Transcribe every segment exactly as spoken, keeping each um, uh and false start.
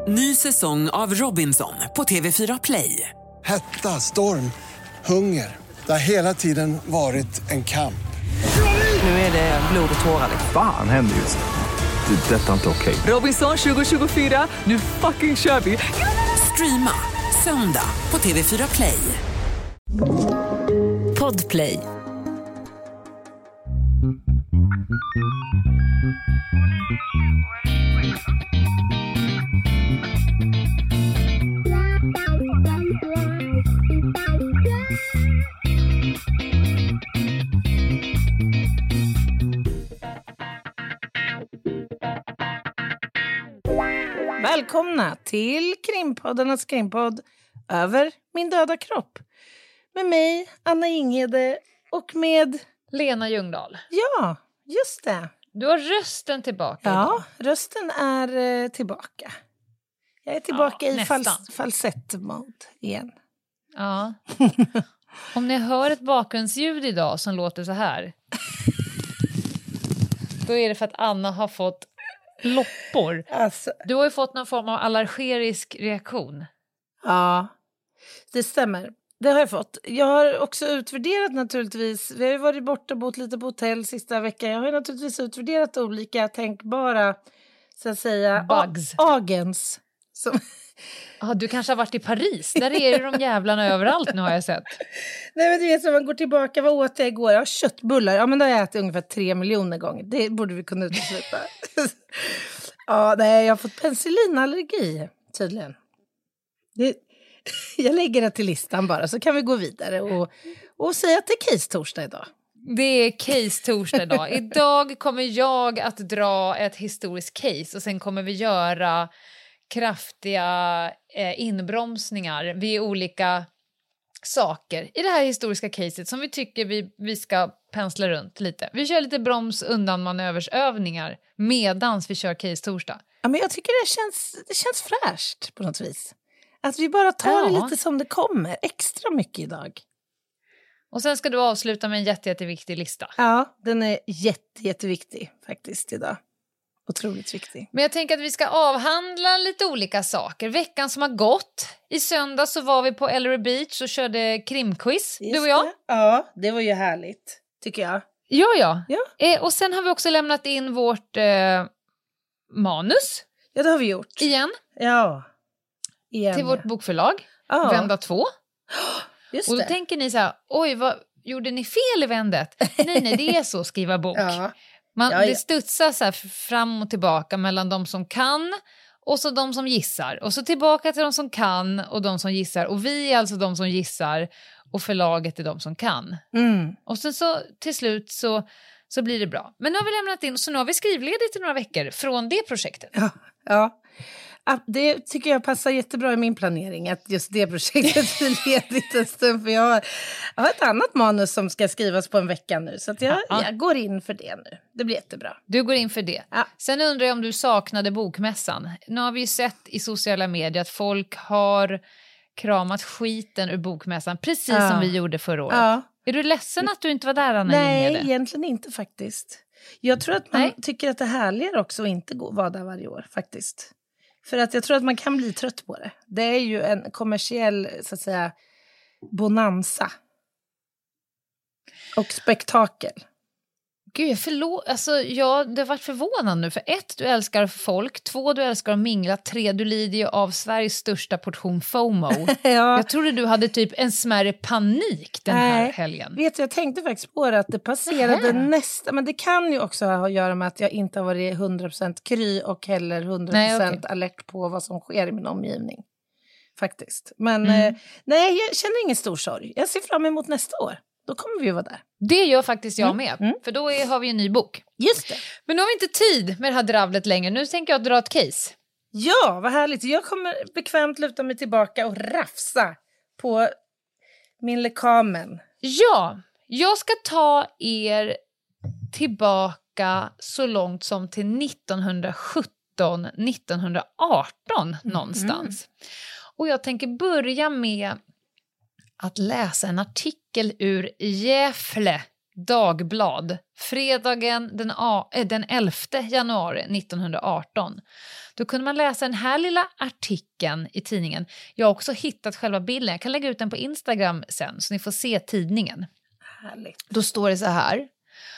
Ny säsong av Robinson på T V fyra Play. Hetta, storm, hunger. Det har hela tiden varit en kamp. Nu är det blod och tårar. Fan händer just nu. Det. Detta är inte okej. Robinson tjugo tjugofyra, nu fucking kör vi. Streama söndag på T V fyra Play. Podplay. Välkomna till Krimpoddarnas krimpodd Över min döda kropp. Med mig, Anna Inghede, och med Lena Ljungdahl. Ja, just det. Du har rösten tillbaka Ja, idag. rösten är eh, tillbaka. Jag är tillbaka Ja, i nästan. fals- falsett-mode igen. Ja. Om ni hör ett bakgrundsljud idag som låter så här, då är det för att Anna har fått loppor. Alltså, Du har ju fått någon form av allergerisk reaktion. ja, det stämmer. Det har jag fått. Jag har också utvärderat naturligtvis. Vi har ju varit borta och bott lite på hotell sista veckan. Jag har ju naturligtvis utvärderat olika tänkbara, så att säga, Bugs. a- agens. Som... Ja, du kanske har varit i Paris. Där är det de jävlarna överallt nu, har jag sett. Nej, men du vet, så man går tillbaka. Vad åt jag igår? Ja, köttbullar. Ja, men det har jag ätit ungefär tre miljoner gånger. Det borde vi kunna utesluta. Ja, nej, jag har fått penicillinallergi tydligen. Det, jag lägger det till listan bara, så kan vi gå vidare och, och säga att det är case-torsdag idag. Det är case-torsdag idag. Idag kommer jag att dra ett historiskt case och sen kommer vi göra kraftiga eh, inbromsningar vid olika saker i det här historiska caset som vi tycker vi, vi ska pensla runt lite. Vi kör lite broms undan manöversövningar medans vi kör case-torsdag. Ja, men jag tycker det känns, det känns fräscht på något vis. Att vi bara tar det Ja. lite som det kommer. Extra mycket idag. Och sen ska du avsluta med en jätte, jätteviktig lista. Ja, den är jätte, jätteviktig faktiskt idag. Otroligt viktig. Men jag tänker att vi ska avhandla lite olika saker. Veckan som har gått. I söndag så var vi på Ellery Beach och körde krimquiz, Just du och jag. det. Ja, det var ju härligt, tycker jag. Ja, ja. Ja. Eh, och sen har vi också lämnat in vårt eh, manus Ja, det har vi gjort. igen Ja. Igen. till vårt bokförlag. ja. Vända två. Just Och då det. tänker ni så här, oj, vad gjorde ni fel i vändet? nej, nej, det är så att skriva bok. Ja. Man, Ja, ja. Det studsar så här fram och tillbaka mellan de som kan och så de som gissar. Och så tillbaka till de som kan och de som gissar. Och vi är alltså de som gissar och förlaget är de som kan. Mm. Och sen så till slut så, så blir det bra. Men nu har vi lämnat in, så nu har vi skrivledigt i några veckor från det projektet. Ja. Ja. Ja, det tycker jag passar jättebra i min planering, att just det projektet blir ledigt en stund. För jag har, jag har ett annat manus som ska skrivas på en vecka nu. Så att jag, Ja. jag går in för det nu. Det blir jättebra. Du går in för det. Ja. Sen undrar jag om du saknade bokmässan. Nu har vi ju sett i sociala medier att folk har kramat skiten ur bokmässan. Precis Ja. som vi gjorde förra året. Ja. Är du ledsen att du inte var där, Anna Nej, Inghede? egentligen inte faktiskt. Jag tror att man Nej. tycker att det är härligare också att inte gå, vara där varje år faktiskt. För att jag tror att man kan bli trött på det. Det är ju en kommersiell, så att säga, bonanza. Och spektakel. Gud, jag förlåt. Alltså, jag det har varit förvånad nu. För ett, du älskar folk. Två, du älskar att mingla. Tre, du lider ju av Sveriges största portion FOMO. Ja. Jag trodde du hade typ en smärre panik den här Nej. helgen. Vet du, jag tänkte faktiskt på det, att det passerade Nähä. nästa. Men det kan ju också ha att göra med att jag inte har varit hundra procent kry och heller hundra procent Nej, okej. alert på vad som sker i min omgivning. Faktiskt. Men Mm. eh, nej, jag känner ingen stor sorg. Jag ser fram emot nästa år. Då kommer vi ju vara där. Det gör faktiskt jag Mm, med. mm. För då är, har vi en ny bok. Just det. Men nu har vi inte tid med det här dravlet längre. Nu tänker jag dra ett case. Ja, vad härligt. Jag kommer bekvämt luta mig tillbaka och rafsa på min lekamen. Ja, jag ska ta er tillbaka så långt som till nittonhundrasjutton nittonhundraarton någonstans. Och jag tänker börja med att läsa en artikel ur Gefle Dagblad, fredagen den, a- äh, den elfte januari nittonhundraarton. Då kunde man läsa den här lilla artikeln i tidningen. Jag har också hittat själva bilden. Jag kan lägga ut den på Instagram sen så ni får se tidningen. Härligt. Då står det så här.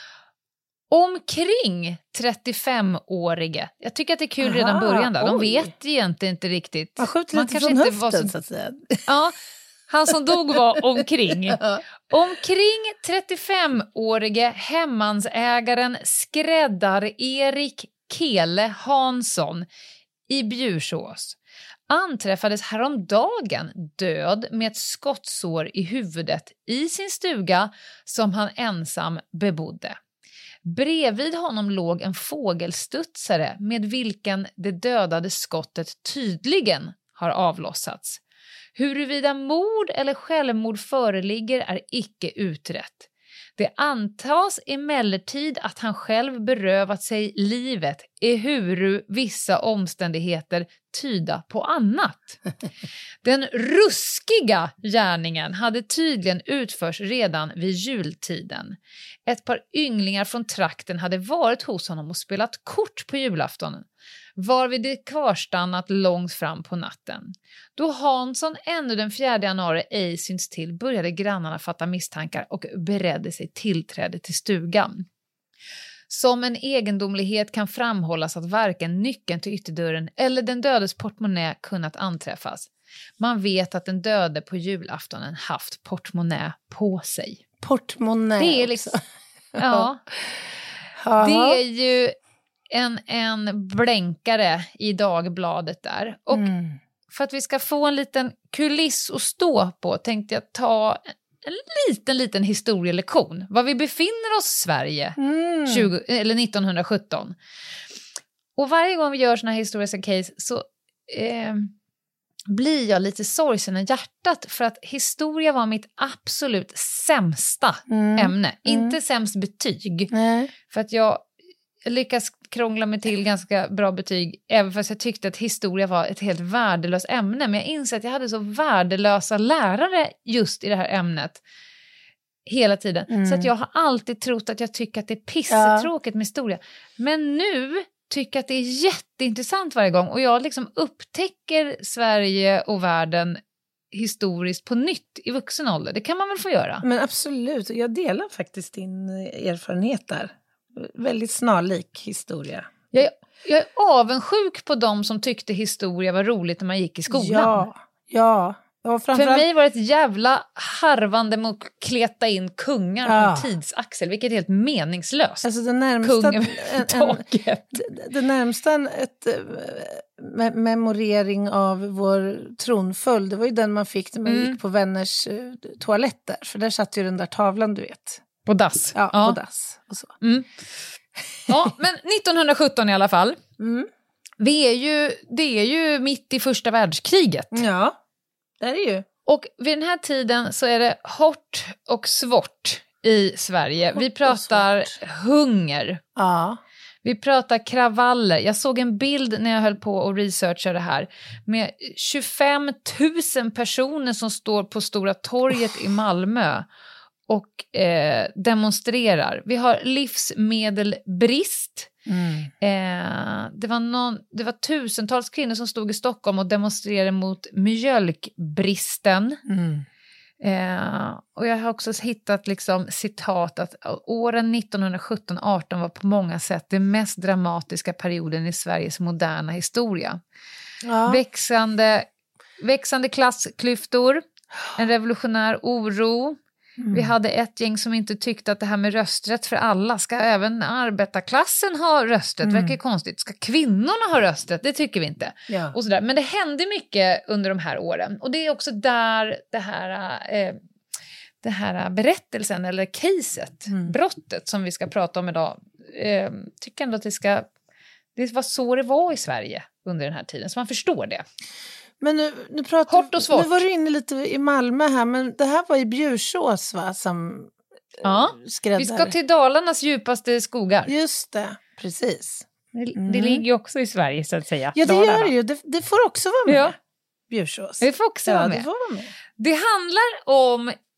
Omkring trettiofemårige. Jag tycker att det är kul Aha, redan början där. De oj. vet egentligen inte riktigt. Man skjuter Man lite kanske från inte höften var så... så att säga. Ja, han som dog var omkring. Omkring trettiofemårige hemmansägaren skräddar-Erik Kele Hansson i Bjursås anträffades häromdagen död med ett skottsår i huvudet i sin stuga som han ensam bebodde. Bredvid honom låg en fågelstudsare med vilken det dödade skottet tydligen har avlossats. Huruvida mord eller självmord föreligger är icke utrett. Det antas emellertid att han själv berövat sig livet, ehuru vissa omständigheter tyda på annat. Den ruskiga gärningen hade tydligen utförts redan vid jultiden. Ett par ynglingar från trakten hade varit hos honom och spelat kort på julaftonen, varvid det kvarstannat långt fram på natten. Då Hansson ännu den fjärde januari ej syns till började grannarna fatta misstankar och beredde sig tillträde till stugan. Som en egendomlighet kan framhållas att varken nyckeln till ytterdörren eller den dödes portmonnä kunnat anträffas. Man vet att den döde på julaftonen haft portmonnä på sig. Portmonnä Det är liksom, också. ja, Ja. det är ju en, en blänkare i Dagbladet där. Och Mm. för att vi ska få en liten kuliss att stå på tänkte jag ta en liten, liten historielektion. Var vi befinner oss i Sverige Mm. tjugo, eller nittonhundrasjutton. Och varje gång vi gör såna här historiska case så eh, blir jag lite sorgsen i hjärtat för att historia var mitt absolut sämsta Mm. ämne. Mm. Inte sämst betyg. Nej. För att jag lyckas krångla mig till ganska bra betyg även fast jag tyckte att historia var ett helt värdelöst ämne. Men jag inser att jag hade så värdelösa lärare just i det här ämnet hela tiden. Mm. Så att jag har alltid trott att jag tycker att det är pissetråkigt med historia. Men nu tycker jag att det är jätteintressant varje gång. Och jag liksom upptäcker Sverige och världen historiskt på nytt i vuxen ålder. Det kan man väl få göra? Men absolut, jag delar faktiskt din erfarenhet där. Väldigt snarlik historia. Jag är, jag är avundsjuk på de som tyckte historia var roligt när man gick i skolan. Ja, ja. Och För mig var det ett jävla harvande mot att kleta in kungar på Ja. en tidsaxel, vilket är helt meningslöst. Alltså det närmsta, Kung en, en, taget. det, det närmsta en, ett äh, me- memorering av vår tronföljd, det var ju den man fick när man Mm. gick på vänners uh, toaletter. För där satt ju den där tavlan, du vet. På dass. Ja, Ja. på dass och så. Mm. Ja, men nittonhundrasjutton i alla fall. Mm. Vi är ju, det är ju mitt i första världskriget. Ja, det är det ju. Och vid den här tiden så är det hårt och svårt i Sverige. Hårt Vi och pratar svårt. hunger. Ja. Vi pratar kravaller. Jag såg en bild när jag höll på och researchade det här med tjugofem tusen personer som står på Stora torget oh. i Malmö och eh, demonstrerar. Vi har livsmedelbrist. Mm. Eh, det, var någon, det var tusentals kvinnor som stod i Stockholm och demonstrerade mot mjölkbristen. Mm. Eh, och jag har också hittat liksom citat att åren nittonhundrasjutton arton var på många sätt den mest dramatiska perioden i Sveriges moderna historia. Ja. Växande, växande klassklyftor, en revolutionär oro. Mm. Vi hade ett gäng som inte tyckte att det här med rösträtt för alla, ska även arbetarklassen ha rösträtt? Mm. Verkar konstigt. Ska kvinnorna ha rösträtt? Det tycker vi inte. Ja. Och sådär. Men det hände mycket under de här åren. Och det är också där det här, eh, det här berättelsen eller caset, Mm. brottet som vi ska prata om idag, eh, tycker ändå att det ska, det var så det var i Sverige under den här tiden. Så man förstår det. Men nu, nu pratar Hårt och svårt. Nu var du inne lite i Malmö här, men det här var i Bjursås, va, som Ja, eh, skräddare. vi ska till Dalarnas djupaste skogar. Just det, precis. Det, Mm. det ligger ju också i Sverige så att säga. Ja, det Dalarna. gör det ju. Det, det får också vara med. Ja. Bjursås. Det får också ja, vara det med. får vara med. Det handlar om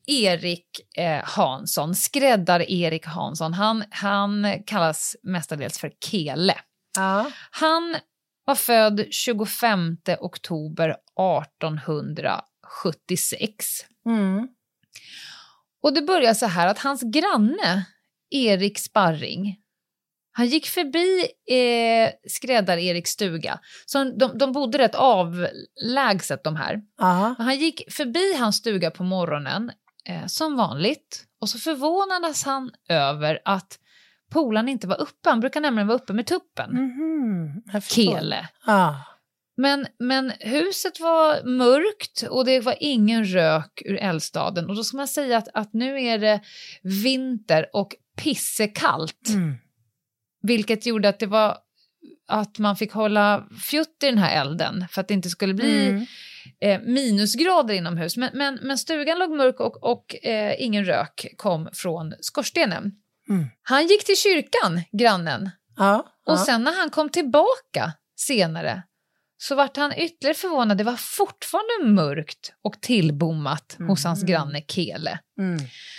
Erik eh, Hansson, skräddar-Erik Hansson, han, han kallas mestadels för Kele. Ja. Han var född tjugofemte oktober artonhundrasjuttiosex. Mm. Och det börjar så här att hans granne, Erik Sparring, han gick förbi eh, skräddar-Eriks stuga. Så de, de bodde rätt avlägset de här. Ja. Han gick förbi hans stuga på morgonen eh, som vanligt. Och så förvånades han över att polan inte var uppe. Han brukar nämligen vara uppe med tuppen. Mm-hmm. Kele. Ja. Men, men huset var mörkt och det var ingen rök ur eldstaden. Och då ska man säga att, att nu är det vinter och pissekallt. Mm. Vilket gjorde att det var att man fick hålla fjutt i den här elden för att det inte skulle bli Mm. eh, minusgrader inomhus. Men, men, men stugan låg mörk och, och eh, ingen rök kom från skorstenen. Mm. Han gick till kyrkan, grannen. Ja. Och Ja. sen när han kom tillbaka senare så vart han ytterligare förvånad. Det var fortfarande mörkt och tillbommat Mm. hos hans granne Kele. Mm.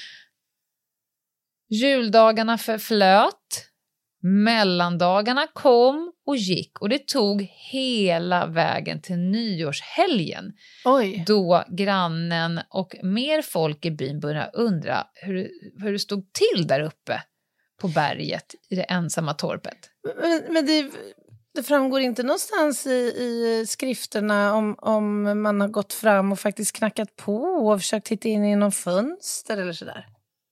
Juldagarna förflöt. Mellandagarna kom och gick och det tog hela vägen till nyårshelgen. Oj. Då grannen och mer folk i byn började undra hur, hur det stod till där uppe på berget i det ensamma torpet. Men, men det, det framgår inte någonstans i, i skrifterna om, om man har gått fram och faktiskt knackat på och försökt hitta in i någon fönster eller sådär.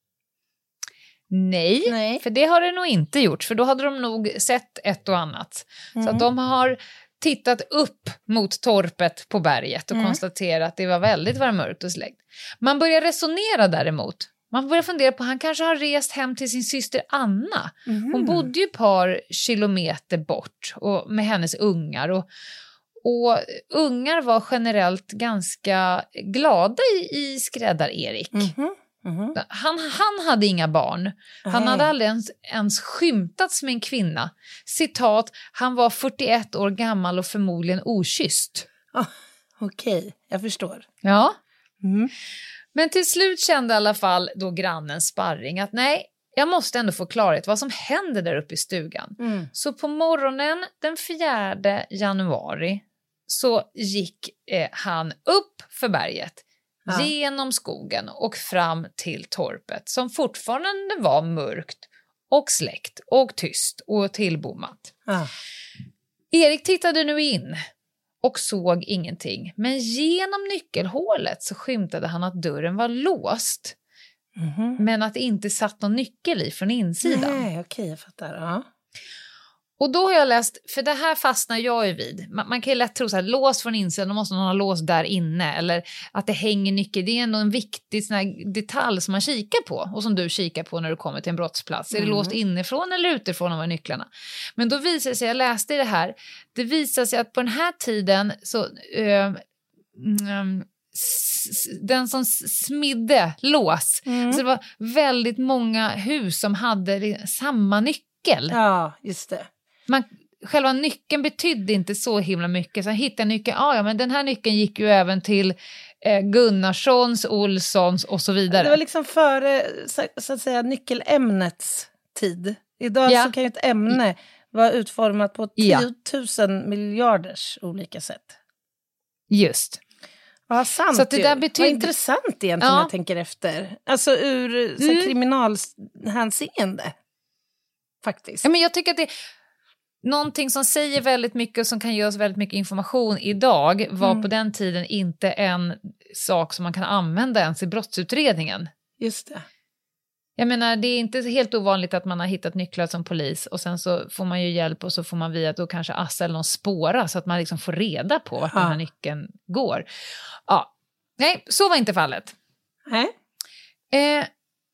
Nej, Nej. för det har det nog inte gjort. För då hade de nog sett ett och annat. Mm. Så att de har tittat upp mot torpet på berget och Mm. konstaterat att det var väldigt var mörkt och släckt. Man börjar resonera däremot. Man börjar fundera på att han kanske har rest hem till sin syster Anna. Mm. Hon bodde ju ett par kilometer bort och med hennes ungar. Och, och ungar var generellt ganska glada i, i skräddar-Erik. Mhm. Mhm. Han, han hade inga barn. Han Nej. hade aldrig ens, ens skymtats med en kvinna. Citat, han var fyrtioett år gammal och förmodligen okysst. Ah, Okej, jag förstår. Ja. Mm. Men till slut kände i alla fall då grannen Sparring att nej, jag måste ändå få klarhet vad som händer där uppe i stugan. Mm. Så på morgonen den fjärde januari så gick eh, han upp för berget. Ja. Genom skogen och fram till torpet som fortfarande var mörkt och släckt och tyst och tillbommat. Ah. Erik tittade nu in och såg ingenting, men genom nyckelhålet så skymtade han att dörren var låst, Mhm. men att det inte satt någon nyckel i från insidan. Nej, okej, jag fattar. Ja. Och då har jag läst, för det här fastnar jag ju vid. Man, man kan ju lätt tro så här, lås från insidan, då måste någon ha lås där inne. Eller att det hänger nyckel. Det är ändå en viktig sån här detalj som man kikar på. Och som du kikar på när du kommer till en brottsplats. Mm. Är det låst inifrån eller utifrån av nycklarna? Men då visar det sig, jag läste i det här. Det visar sig att på den här tiden så... Uh, um, den som smidde lås. Mm. Så det var väldigt många hus som hade samma nyckel. Ja, just det. Man, själva nyckeln betydde inte så himla mycket. Så jag hittade nyckeln, ah, ja men den här nyckeln gick ju även till eh, Gunnarssons, Olssons och så vidare. Det var liksom före så, så att säga nyckelämnets tid. Idag Ja. så kan ju ett ämne vara utformat på Ja. tiotusen miljarders olika sätt. Just. Ja, sant Så att det ju. där betyd- Vad intressant egentligen Ja. jag tänker efter. Alltså ur så Mm. kriminalhänseende. Faktiskt. Ja, men jag tycker att det någonting som säger väldigt mycket och som kan ge oss väldigt mycket information idag var Mm. på den tiden inte en sak som man kan använda ens i brottsutredningen. Just det. Jag menar, det är inte helt ovanligt att man har hittat nycklar som polis och sen så får man ju hjälp och så får man via då kanske Assa eller någon spåra så att man liksom får reda på vart Ja. den här nyckeln går. Ja, nej, så var inte fallet. Nej. Eh,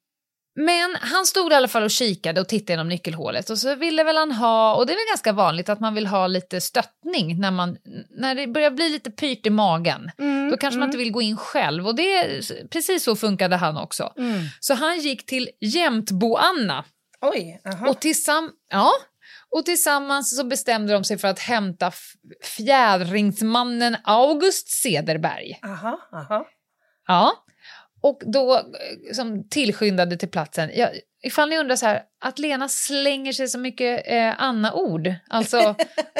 men han stod i alla fall och kikade och tittade genom nyckelhålet och så ville väl han ha, och det är väl ganska vanligt att man vill ha lite stöttning när, man, när det börjar bli lite pyrt i magen. Mm, Då kanske man mm, inte vill gå in själv och det, precis så funkade han också. Mm. Så han gick till Jämtbo-Anna Oj, aha. och, tillsamm- ja, och tillsammans så bestämde de sig för att hämta f- fjädringsmannen August Cederberg. Aha, aha. Ja. Och då som tillskyndade till platsen. Jag, ifall ni undrar så här, att Lena slänger sig så mycket eh, Anna-ord. Alltså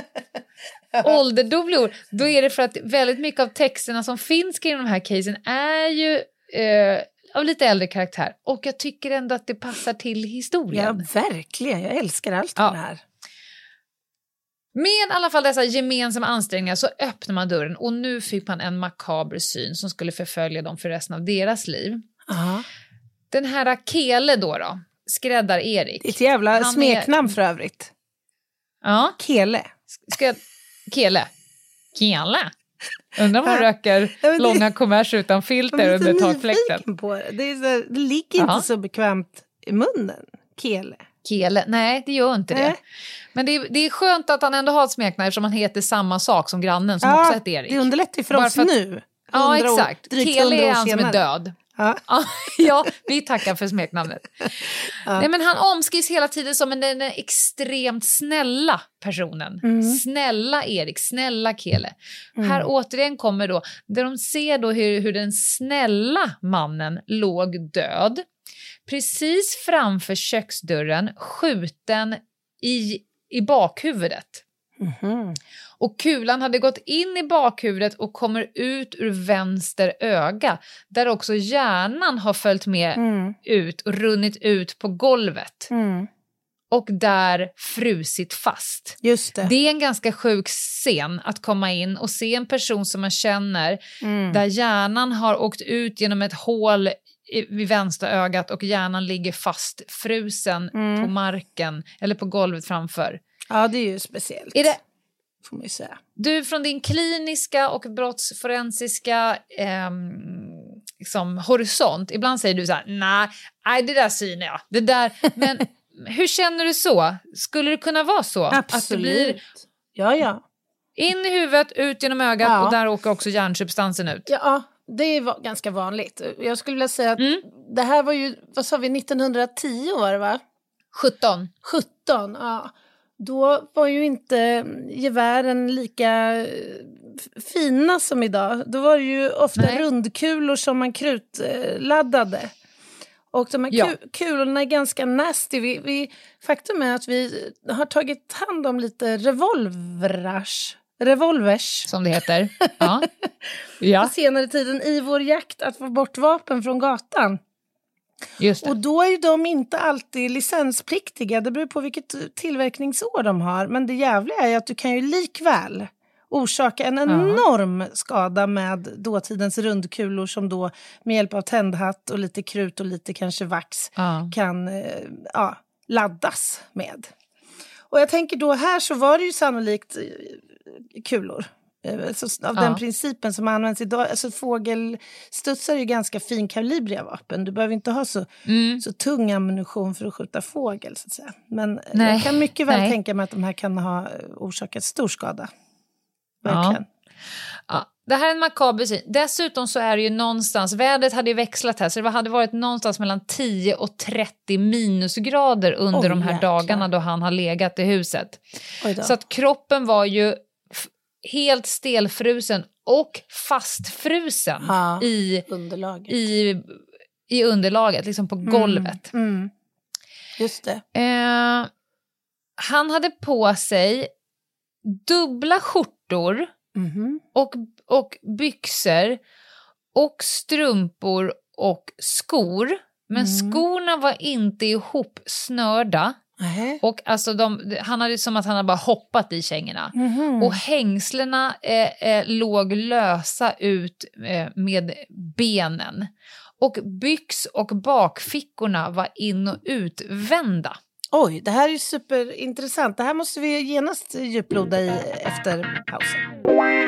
ålderdomliga ord. Då är det för att väldigt mycket av texterna som finns kring de här casen är ju eh, av lite äldre karaktär. Och jag tycker ändå att det passar till historien. Ja, verkligen. Jag älskar allt ja. det här. Med i alla fall dessa gemensamma ansträngningar så öppnar man dörren och nu fick man en makaber syn som skulle förfölja dem för resten av deras liv. Uh-huh. Den här Kele då då, skräddar Erik. Ett jävla han smeknamn är... för övrigt. Ja. Kele. Skräd... Kele. Kele. Undrar om man röker det... långa kommers utan filter under takfläkten. På det. Det, är så... det ligger uh-huh. inte så bekvämt i munnen. Kele. Kele. Nej, det gör inte Nej. det. Men det är, det är skönt att han ändå har ett smeknamn eftersom han heter samma sak som grannen som ja, också heter Erik. Det underlättar ju för oss för att, nu. Ja, exakt. År, Kele är han som är död. Ja. Ja, vi tackar för smeknamnet. Ja. Nej, men han omskrivs hela tiden som en, den extremt snälla personen. Mm. Snälla Erik, snälla Kele. Mm. Här återigen kommer då, där de ser då hur, hur den snälla mannen låg död. Precis framför köksdörren, skjuten i, i bakhuvudet. Mm-hmm. Och kulan hade gått in i bakhuvudet och kommer ut ur vänster öga. Där också hjärnan har följt med mm. ut och runnit ut på golvet. Mm. Och där frusit fast. Just det. Det är en ganska sjuk scen att komma in och se en person som man känner. Mm. Där hjärnan har åkt ut genom ett hål vid vänstra ögat och hjärnan ligger fast frusen mm. på marken eller på golvet framför. Ja, det är ju speciellt. Är det, får man ju säga. Du från din kliniska och brottsforensiska eh, liksom, horisont, ibland säger du så här, nej, nej det där synar jag, det där, men hur känner du så? Skulle det kunna vara så? Absolut. Att det blir ja, ja. in i huvudet, ut genom ögat ja. och där åker också hjärnsubstansen ut? Ja, det är ganska vanligt. Jag skulle vilja säga att mm. det här var ju, vad sa vi, nittonhundratio var det va? sjutton. sjutton, ja. Då var ju inte gevären lika fina som idag. Då var det ju ofta Nej. rundkulor som man krutladdade. Och de här ja. ku- kulorna är ganska nasty. Vi, vi, faktum är att vi har tagit hand om lite revolvers. Revolvers. Som det heter. Ja. Ja. På senare tiden i vår jakt att få bort vapen från gatan. Just det. Och då är ju de inte alltid licenspliktiga. Det beror på vilket tillverkningsår de har. Men det jävliga är att du kan ju likväl orsaka en enorm uh-huh. skada med dåtidens rundkulor som då med hjälp av tändhatt och lite krut och lite kanske vax uh-huh. kan eh, ja, laddas med. Och jag tänker då här så var det ju sannolikt kulor. Alltså, av ja. den principen som används idag. Alltså fågelstudsar är ju ganska finkalibriga vapen. Du behöver inte ha så, mm. så tung ammunition för att skjuta fågel så att säga. Men Nej. jag kan mycket väl Nej. tänka mig att de här kan ha orsakat stor skada. Verkligen. Ja. Ja. Det här är en makaber syn. Dessutom så är det ju någonstans, vädret hade ju växlat här så det hade varit någonstans mellan tio och trettio minusgrader under Oj, de här jäklar. dagarna då han har legat i huset. Oj då. Så att kroppen var ju helt stelfrusen och fastfrusen ja, i, underlaget. i, i underlaget, liksom på mm, golvet. Mm. Just det. Eh, han hade på sig dubbla skjortor mm-hmm. och, och byxor och strumpor och skor. Men mm. skorna var inte ihop snörda. Nähä. Och alltså de, han hade som att han hade bara hoppat i kängorna. Mm-hmm. Och hängslena eh, eh, låg lösa ut eh, med benen. Och byx och bakfickorna var in- och utvända. Oj, det här är superintressant. Det här måste vi genast djuploda i efter pausen.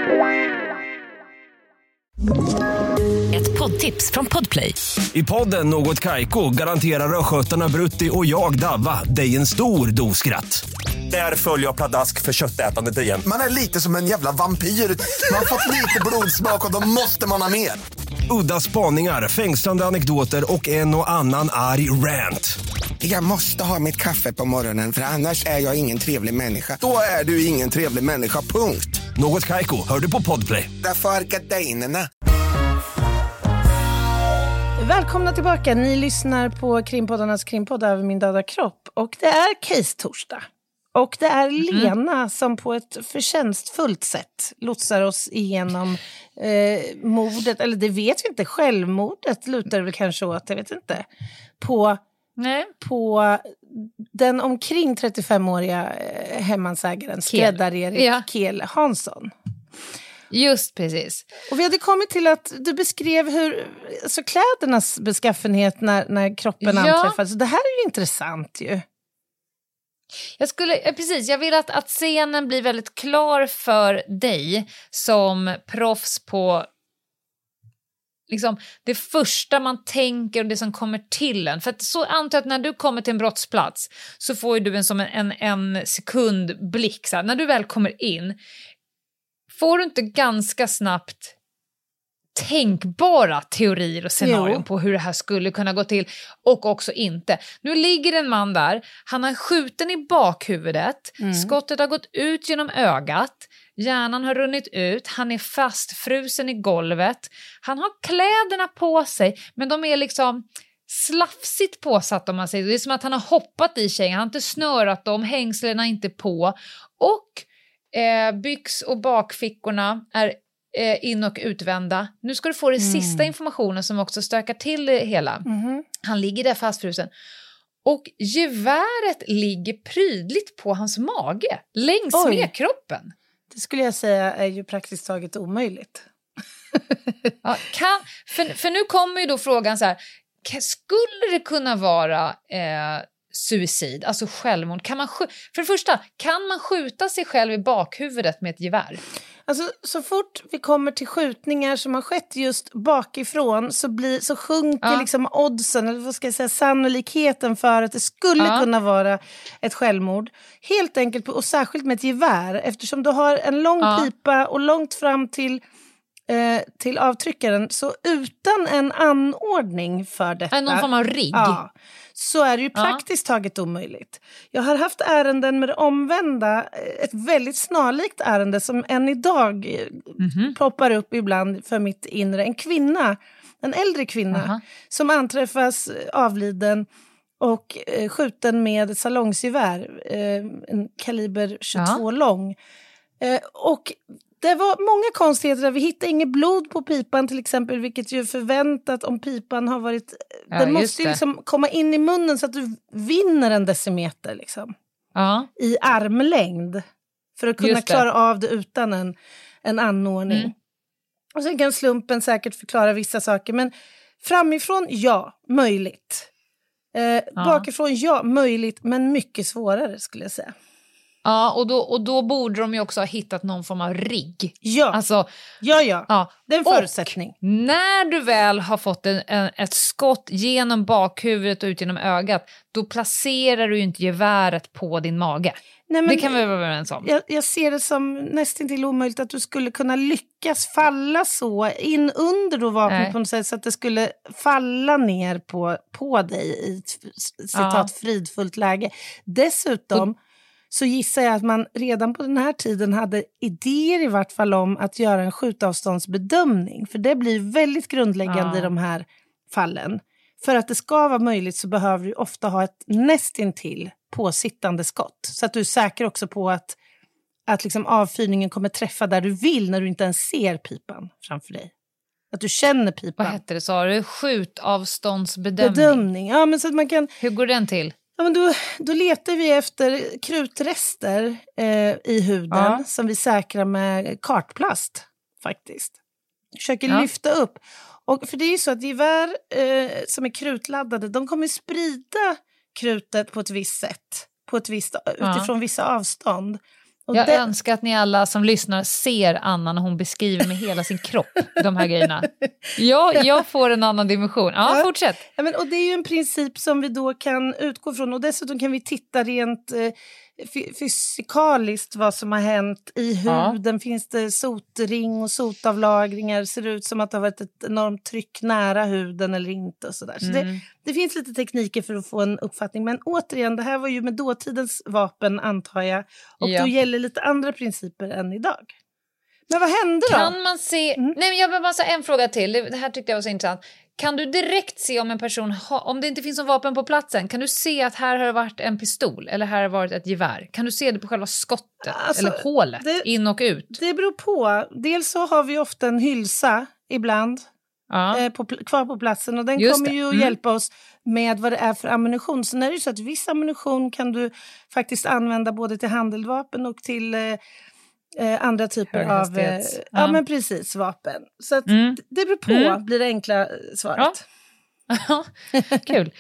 Ett poddtips från Podplay. I podden Något Kaiko garanterar röskötarna Brutti och jag Davva dig en stor doskratt. Där följer jag pladask för köttätandet igen. Man är lite som en jävla vampyr. Man har fått lite blodsmak och då måste man ha mer. Udda spaningar, fängslande anekdoter och en och annan arg rant. Jag måste ha mitt kaffe på morgonen för annars är jag ingen trevlig människa. Då är du ingen trevlig människa, punkt. Något Kaiko, hör du på Podplay. Därför är gardinerna. Välkomna tillbaka. Ni lyssnar på Krimpoddarnas krimpodd över min döda kropp. Och det är case-torsdag. Och det är Lena mm. som på ett förtjänstfullt sätt lotsar oss igenom eh, mordet. Eller det vet vi inte. Självmordet lutar det väl kanske åt. Jag vet inte. På, Nej. på den omkring trettiofemåriga eh, hemmansägaren Skräddar-Erik ja. Kehl Hansson. Just precis. Och vi hade kommit till att du beskrev hur alltså klädernas beskaffenhet när, när kroppen ja. anträffades. Det här är ju intressant ju. Jag skulle, precis, jag vill att, att scenen blir väldigt klar för dig som proffs på liksom det första man tänker och det som kommer till en. För att så antar jag att när du kommer till en brottsplats så får ju du en som en, en, en sekundblick. Så här, när du väl kommer in får du inte ganska snabbt tänkbara teorier och scenarion jo. på hur det här skulle kunna gå till och också inte. Nu ligger en man där, han har skjuten i bakhuvudet, mm. skottet har gått ut genom ögat, hjärnan har runnit ut, han är fastfrusen i golvet, han har kläderna på sig men de är liksom slafsigt påsatt om man säger. Det är som att han har hoppat i sig, han har inte snörat dem, hängslena är inte på och eh, byx och bakfickorna är in- och utvända. Nu ska du få den mm. sista informationen som också stökar till det hela. Mm. Han ligger där fastfrusen. Och geväret ligger prydligt på hans mage. Längs Oj. med kroppen. Det skulle jag säga är ju praktiskt taget omöjligt. ja, kan, för, för nu kommer ju då frågan så här. Skulle det kunna vara eh, suicid, alltså självmord? Kan man sk- för det första, kan man skjuta sig själv i bakhuvudet med ett gevär? Alltså, så fort vi kommer till skjutningar som har skett just bakifrån så, blir, så sjunker ja. liksom oddsen, eller vad ska jag säga, sannolikheten för att det skulle ja. kunna vara ett självmord. Helt enkelt, och särskilt med ett gevär, eftersom du har en lång ja. pipa och långt fram till, eh, till avtryckaren, så utan en anordning för detta. Någon form av rigg. Ja. Så är det ju praktiskt ja. taget omöjligt. Jag har haft ärenden med det omvända, ett väldigt snarlikt ärende som än idag mm-hmm. poppar upp ibland för mitt inre. En kvinna, en äldre kvinna uh-huh. som anträffas avliden och eh, skjuten med ett salongsgevär, eh, en kaliber tjugotvå uh-huh. lång. Eh, och det var många konstigheter. Vi hittade inget blod på pipan till exempel, vilket ju förväntat om pipan har varit... Ja, den måste ju liksom komma in i munnen så att du vinner en decimeter liksom. Ja. I armlängd. För att kunna klara av det utan en, en anordning. Mm. Och sen kan slumpen säkert förklara vissa saker. Men framifrån, ja, möjligt. Eh, ja. Bakifrån, ja, möjligt. Men mycket svårare skulle jag säga. Ja, och då, och då borde de ju också ha hittat någon form av rigg. Ja, alltså, ja, ja. ja. Det är en förutsättning. Och när du väl har fått en, en, ett skott genom bakhuvudet och ut genom ögat, då placerar du ju inte geväret på din mage. Nej, men det kan vi vara överens om. Jag, jag ser det som nästan till omöjligt att du skulle kunna lyckas falla så in under då vapnet Nej. på något sätt så att det skulle falla ner på, på dig i ett citat ja. fridfullt läge. Dessutom... Och, så gissar jag att man redan på den här tiden hade idéer i vart fall om att göra en skjutavståndsbedömning. För det blir väldigt grundläggande ja. i de här fallen. För att det ska vara möjligt så behöver du ofta ha ett nästintill påsittande skott. Så att du är säker också på att, att liksom avfyrningen kommer träffa där du vill när du inte ens ser pipan framför dig. Att du känner pipan. Vad heter det, sa du? Skjutavståndsbedömning. Bedömning, ja men så att man kan... Hur går den till? Ja, men då, då letar vi efter krutrester eh, i huden ja. som vi säkrar med kartplast faktiskt. Försöker ja. lyfta upp. Och för det är ju så att gevär eh, som är krutladdade, de kommer sprida krutet på ett visst sätt. På ett visst, ja. utifrån vissa avstånd. Och jag det... önskar att ni alla som lyssnar ser Anna när hon beskriver med hela sin kropp de här grejerna. Ja, jag får en annan dimension. Ja, ja. fortsätt. Ja, men, och det är ju en princip som vi då kan utgå från. Och dessutom kan vi titta rent eh, f- fysikaliskt vad som har hänt i huden. Ja. Finns det sotring och sotavlagringar? Ser det ut som att det har varit ett enormt tryck nära huden eller inte? Och sådär. Så mm. det, det finns lite tekniker för att få en uppfattning. Men återigen, det här var ju med dåtidens vapen antar jag. Och ja. då gäller lite andra principer än idag. Men vad hände då? Kan man se... Mm. Nej, men jag vill bara säga en fråga till. Det här tyckte jag var så intressant. kan du direkt se om en person ha, om det inte finns någon vapen på platsen, kan du se att här har det varit en pistol eller här har det varit ett gevär? Kan du se det på själva skottet Alltså, eller hålet det, in och ut? Det beror på. Dels så har vi ofta en hylsa ibland Ja. eh, på, kvar på platsen och den Just kommer det. ju att Mm. hjälpa oss med vad det är för ammunition. Sen är det ju så att viss ammunition kan du faktiskt använda både till handeldvapen och till eh, eh, andra typer av eh, ja. Ja. men precis, vapen. Så att Mm. det beror på, Mm. blir det enkla svaret. Ja. Kul.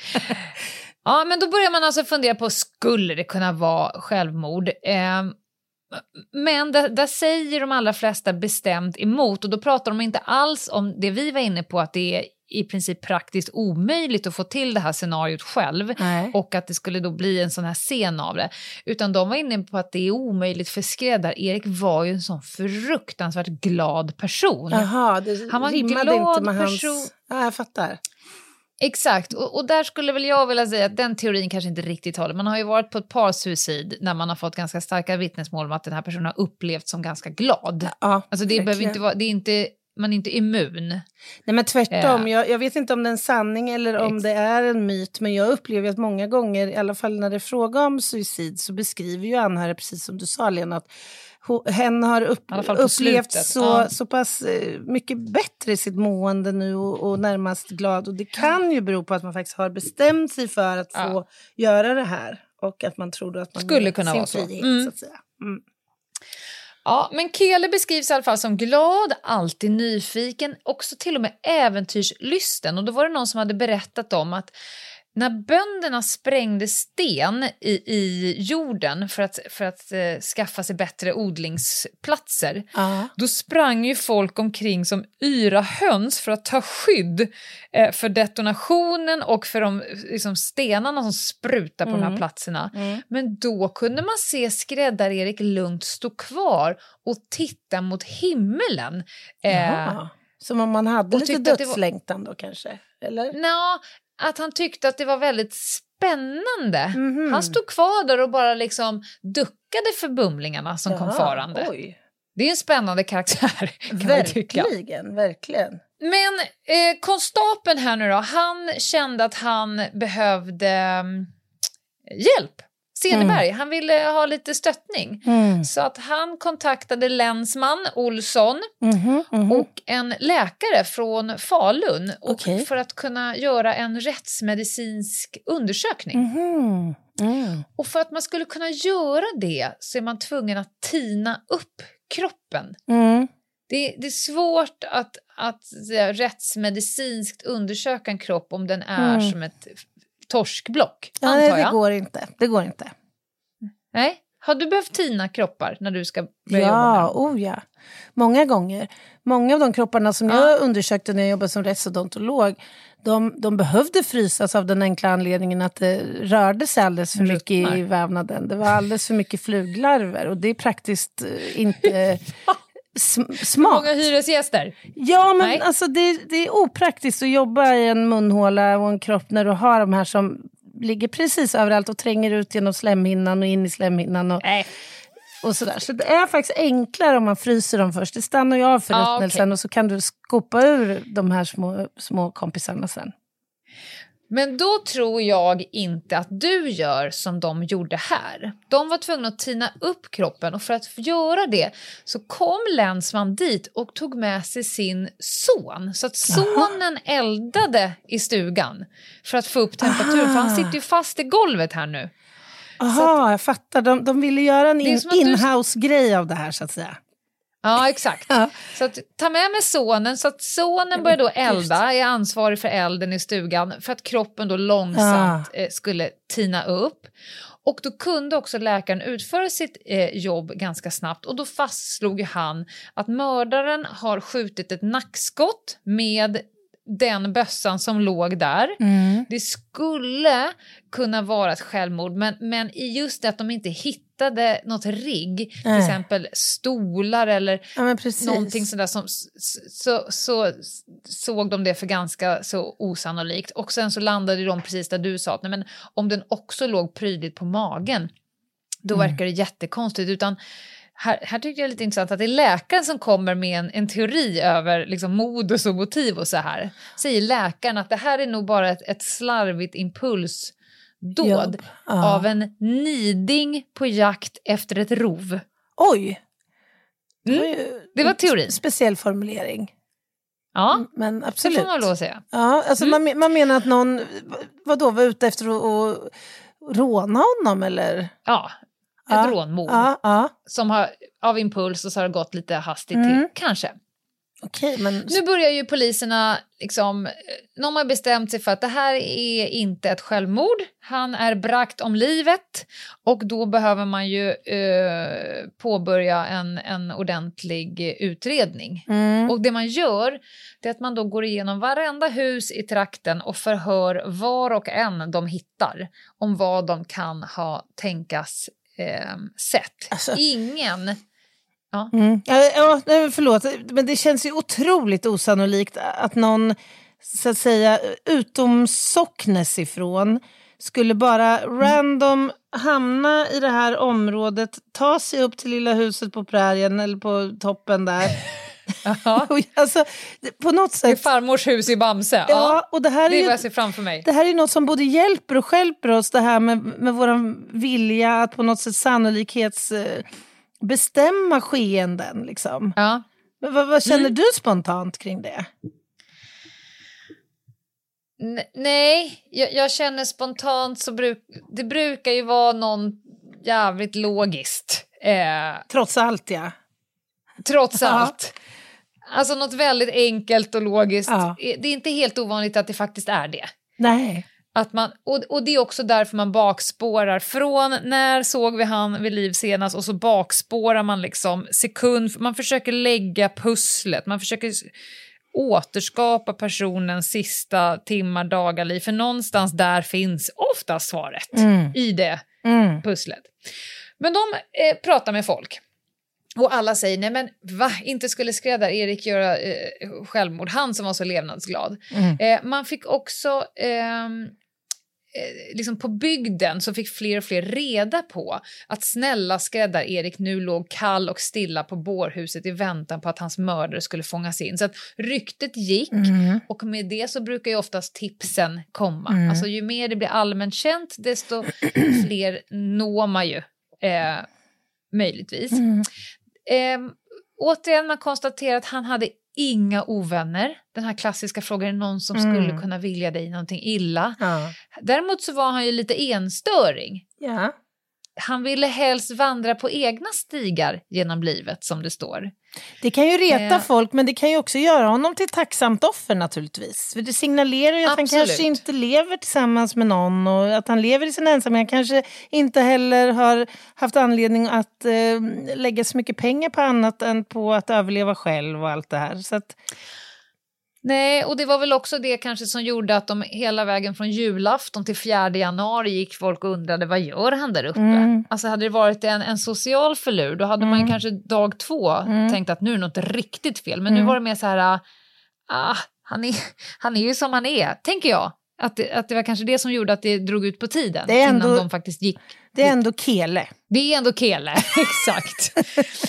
Ja, men då börjar man alltså fundera på, skulle det kunna vara självmord? Eh, men där, där säger de allra flesta bestämt emot, och då pratar de inte alls om det vi var inne på, att det är i princip praktiskt omöjligt att få till det här scenariot själv. Nej. Och att det skulle då bli en sån här scen av det. Utan de var inne på att det är omöjligt för Skräddar-Erik var ju en sån fruktansvärt glad person. Jaha, det Han var en rimmade glad inte med person. hans... Ja, jag fattar. Exakt, och, och där skulle väl jag vilja säga att den teorin kanske inte riktigt håller. Man har ju varit på ett par suicid när man har fått ganska starka vittnesmål om att den här personen har upplevt som ganska glad. Ja, Alltså det behöver verkligen. inte vara, det är inte, man är inte immun. Nej, men tvärtom. Ja. Jag, jag vet inte om det är en sanning eller om Ex- det är en myt, men jag upplever att många gånger, i alla fall när det är fråga om suicid, så beskriver ju anhöriga, precis som du sa, Lena, att ho- hen har upp, I alla fall på upplevt slutet, så, ja. så pass eh, mycket bättre i sitt mående nu och, och närmast glad. Och det kan ju bero på att man faktiskt har bestämt sig för att få Ja. göra det här. Och att man tror att man Skulle har kunna sin vara så. frihet, Mm. så att säga. Mm. Ja, men Kele beskrivs i alla fall som glad, alltid nyfiken, också till och med äventyrslysten. Och då var det någon som hade berättat om att när bönderna sprängde sten i, i jorden för att, för att eh, skaffa sig bättre odlingsplatser, Ja. då sprang ju folk omkring som yra höns för att ta skydd eh, för detonationen och för de liksom, stenarna som sprutar på Mm. de här platserna. Mm. Men då kunde man se Skräddar-Erik lugnt stå kvar och titta mot himmelen. Eh, Jaha. Som om man hade och lite tyckte att det var- dödslängtan då kanske? Eller? Nå, att han tyckte att det var väldigt spännande. Mhm. Han stod kvar där och bara liksom duckade för bumlingarna som kom Jaha, farande. Oj. Det är en spännande karaktär, kan man tycka. Verkligen, verkligen. Men eh, konstapeln här nu då, han kände att han behövde mm, hjälp. Cederberg, han ville ha lite stöttning. Mm. Så att han kontaktade länsman Olsson Mhm, mhm. och en läkare från Falun och Okej. för att kunna göra en rättsmedicinsk undersökning. Mhm. Mm. Och för att man skulle kunna göra det så är man tvungen att tina upp kroppen. Mm. Det, det är svårt att, att säga, rättsmedicinskt undersöka en kropp om den är Mm. som ett torskblock, Ja, antar nej, det jag. går inte. Det går inte. Nej? Har du behövt tina kroppar när du ska börja jobba med Ja, dem? oh ja. Många gånger. Många av de kropparna som Ja. jag undersökte när jag jobbade som rättsodontolog, de, de behövde frysas av den enkla anledningen att det rörde sig alldeles för mycket i Ruttnar. vävnaden. Det var alldeles för mycket fluglarver och det är praktiskt eh, inte sm- smart. Många hyresgäster? Ja, men Nej. alltså det, det är opraktiskt att jobba i en munhåla och en kropp när du har de här som ligger precis överallt och tränger ut genom slemhinnan och in i slemhinnan och, Nej. och sådär. Så det är faktiskt enklare om man fryser dem först. Det stannar ju av förruttnelsen Ja, okej. och så kan du skopa ur de här små, små kompisarna sen. Men då tror jag inte att du gör som de gjorde här. De var tvungna att tina upp kroppen och för att göra det så kom länsman dit och tog med sig sin son. Så att sonen eldade i stugan för att få upp temperatur. För han sitter ju fast i golvet här nu. Jaha, jag fattar. De, de ville göra en Det är in, som att du- in-house-grej av det här så att säga. Ja, exakt. Ja. Så att, ta med mig sonen så att sonen börjar då elda, är ansvarig för elden i stugan för att kroppen då långsamt eh, skulle tina upp. Och då kunde också läkaren utföra sitt eh, jobb ganska snabbt och då fastslog ju han att mördaren har skjutit ett nackskott med den bössan som låg där. Mm. Det skulle kunna vara ett självmord, men, men i just det att de inte hittade något rigg, till Nej. exempel stolar eller Ja, men precis. någonting sådär, som, så, så, så såg de det för ganska så osannolikt. Och sen så landade de precis där du sa att nej, men om den också låg prydligt på magen, då Mm. verkar det jättekonstigt. Utan här, här tycker jag är lite intressant att det är läkaren som kommer med en, en teori över liksom, modus och motiv och så här. Säger läkaren att det här är nog bara ett, ett slarvigt impulsdåd ja. av en niding på jakt efter ett rov. Oj! Det var, mm. det var teorin. Speciell formulering. Ja, men absolut. Det får man lov att säga. Ja, alltså mm. man, man menar att någon vadå, var ute efter att, att råna honom, eller? Ja, ett ja. rånmord. Ja, ja. Som har av impuls och så har det gått lite hastigt mm. till, kanske. Okej, men... Nu börjar ju poliserna, liksom, de har bestämt sig för att det här är inte ett självmord. Han är bragt om livet och då behöver man ju eh, påbörja en, en ordentlig utredning. Mm. Och det man gör, det är att man då går igenom varenda hus i trakten och förhör var och en de hittar om vad de kan ha tänkas eh, sett. Alltså... Ingen... Ja. Mm. Ja, förlåt, men det känns ju otroligt osannolikt att någon, så att säga, utom Socknes ifrån skulle bara mm. random hamna i det här området, ta sig upp till lilla huset på prärien eller på toppen där. Alltså, på något sätt... Det är farmors hus i Bamse. Ja, ja, och det här är, det är ju, vad jag ser framför mig. Det här är något som både hjälper och hjälper oss, det här med, med vår vilja att på något sätt sannolikhets... bestämma skeenden liksom. Ja. Men vad, vad känner mm. du spontant kring det? N- nej, jag, jag känner spontant så bruk, det brukar ju vara någon jävligt logiskt. Eh, trots allt, ja. Trots allt. Alltså något väldigt enkelt och logiskt. Ja. Det är inte helt ovanligt att det faktiskt är det. Nej. Att man, och, och det är också därför man bakspårar från när såg vi han vid liv senast och så bakspårar man liksom sekund, man försöker lägga pusslet, man försöker återskapa personens sista timmar, dagar, liv, för någonstans där finns ofta svaret mm. i det mm. pusslet. Men de eh, pratar med folk och alla säger, nej men va, inte skulle skräddare Erik göra eh, självmord, han som var så levnadsglad. Mm. Eh, man fick också eh, liksom på bygden så fick fler och fler reda på att snälla skräddar Erik nu låg kall och stilla på bårhuset i väntan på att hans mördare skulle fångas in. Så att ryktet gick mm. och med det så brukar ju oftast tipsen komma. Mm. Alltså ju mer det blir allmänt känt desto fler når man ju eh, möjligtvis. Mm. Eh, återigen man konstaterar att han hade inga ovänner. Den här klassiska frågan är någon som mm. skulle kunna vilja dig någonting illa. Ja. Däremot så var han ju lite enstöring. Ja. Han ville helst vandra på egna stigar genom livet, som det står. Det kan ju reta eh. folk, men det kan ju också göra honom till tacksamt offer naturligtvis. För det signalerar ju att Absolut. han kanske inte lever tillsammans med någon och att han lever i sin ensamhet. Han kanske inte heller har haft anledning att eh, lägga så mycket pengar på annat än på att överleva själv och allt det här. Så att... Nej, och det var väl också det kanske som gjorde att de hela vägen från julafton till fjärde januari gick folk och undrade, vad gör han där uppe? Mm. Alltså hade det varit en, en social förlur, då hade mm. man kanske dag två mm. tänkt att nu är något riktigt fel. Men mm. nu var det mer så här, ah, han, är, han är ju som han är, tänker jag. Att det, att det var kanske det som gjorde att det drog ut på tiden det är ändå, innan de faktiskt gick. Det är ändå Kele. Det är ändå Kele, exakt.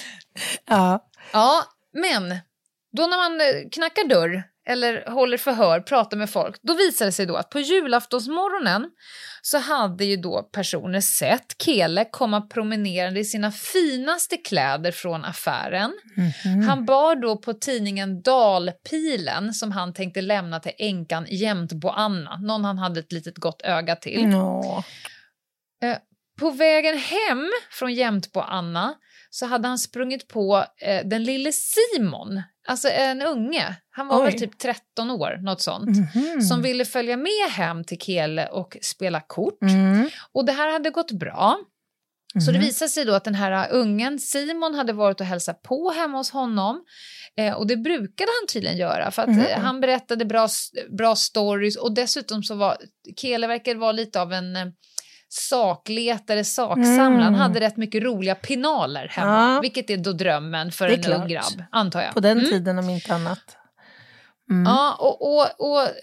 ja. Ja, men då när man knackar dörr eller håller förhör, pratar med folk, då visar det sig då att på julaftonsmorgonen så hade ju då personer sett Kele komma promenerande i sina finaste kläder från affären. Mm-hmm. Han bar då på tidningen Dalpilen som han tänkte lämna till änkan Jämtbo Anna, någon han hade ett litet gott öga till. No. Eh, på vägen hem från Jämtbo Anna så hade han sprungit på eh, den lille Simon, alltså en unge. Han var Oj. väl typ tretton år, något sånt. Mm-hmm. Som ville följa med hem till Kele och spela kort. Mm. Och det här hade gått bra. Mm. Så det visade sig då att den här ungen, Simon, hade varit och hälsat på hemma hos honom. Eh, och det brukade han tydligen göra. För att mm. eh, han berättade bra, bra stories. Och dessutom så var Kele verkade vara lite av en... Eh, sakletare, saksamlare. Mm. Han hade rätt mycket roliga pinaler hemma. Ja. Vilket är då drömmen för en ung grabb, antar jag. På den mm. tiden om inte annat. Mm. Ja, och, och, och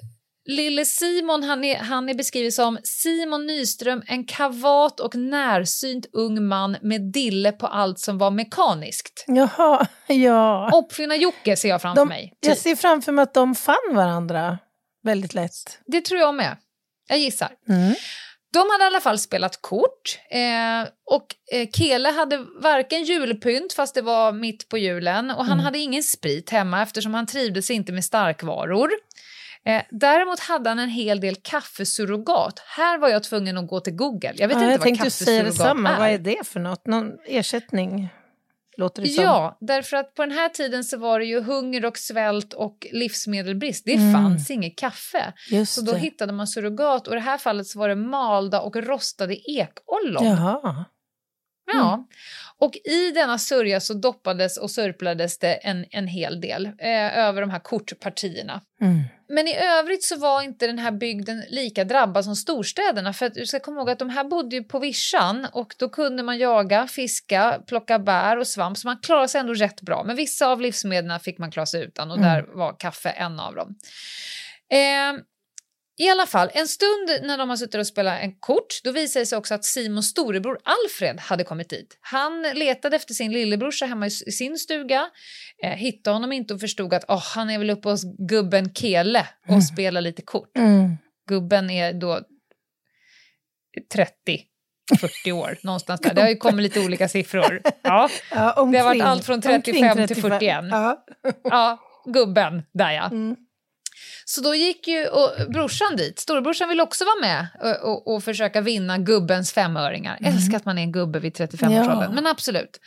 Lille Simon, han är, han är beskriven som Simon Nyström, en kavat och närsynt ung man med dille på allt som var mekaniskt. Jaha, ja. Uppfinna Jocke ser jag framför de, mig. Typ. Jag ser framför mig att de fann varandra väldigt lätt. Det tror jag med. Jag gissar. Mm. De hade i alla fall spelat kort eh, och eh, Kele hade varken julpynt fast det var mitt på julen och han Mm. hade ingen sprit hemma eftersom han trivdes inte med starkvaror. Eh, däremot hade han en hel del kaffesurrogat. Här var jag tvungen att gå till Google. Jag vet Ja, inte jag vad tänkte säga kaffesurrogat detsamma. är. Vad är det för något? Någon ersättning? Låter det som. Ja, därför att på den här tiden så var det ju hunger och svält och livsmedelbrist. Det Mm. fanns inget kaffe. Just Så då det. hittade man surrogat och i det här fallet så var det malda och rostade ekollon. Jaha. Ja, och i denna sörja så doppades och sörplades det en, en hel del eh, över de här kortpartierna. Mm. Men i övrigt så var inte den här bygden lika drabbad som storstäderna. För att du ska komma ihåg att de här bodde ju på vischan och då kunde man jaga, fiska, plocka bär och svamp. Så man klarade sig ändå rätt bra. Men vissa av livsmedlen fick man klara sig utan och Mm. där var kaffe en av dem. Eh, I alla fall, en stund när de har suttit och spelat en kort, då visade det sig också att Simons storebror Alfred hade kommit dit. Han letade efter sin lillebrorsa hemma i sin stuga, eh, hittade honom inte och förstod att oh, han är väl uppe hos gubben Kele och Mm. spelar lite kort. Mm. Gubben är då trettio fyrtio år, någonstans där. Det har ju kommit lite olika siffror. Ja. Ja, omkring, Det har varit allt från trettiofem omkring till fyrtioen. Ja. Ja, gubben, där ja. Mm. Så då gick ju och, brorsan dit. Storebrorsan ville också vara med och, och, och försöka vinna gubbens femöringar. Mm. Älskar att man är en gubbe vid trettiofem-årsåldern, Ja. men absolut.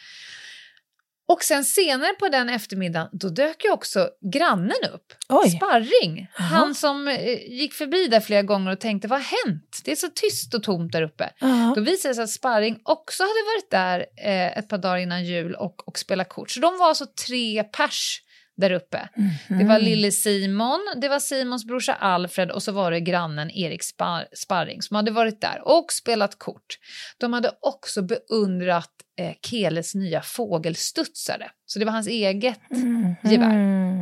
Och sen senare på den eftermiddagen, då dök ju också grannen upp. Oj. Sparring. Jaha. Han som eh, gick förbi där flera gånger och tänkte, vad har hänt? Det är så tyst och tomt där uppe. Ja. Då visade det sig att Sparring också hade varit där eh, ett par dagar innan jul och, och spelat kort. Så de var alltså tre pers där uppe. Mhm. Det var lille Simon, det var Simons brorsa Alfred och så var det grannen Erik Spar- Sparring som hade varit där och spelat kort. De hade också beundrat eh, Keles nya fågelstudsare. Så det var hans eget Mhm. gevär.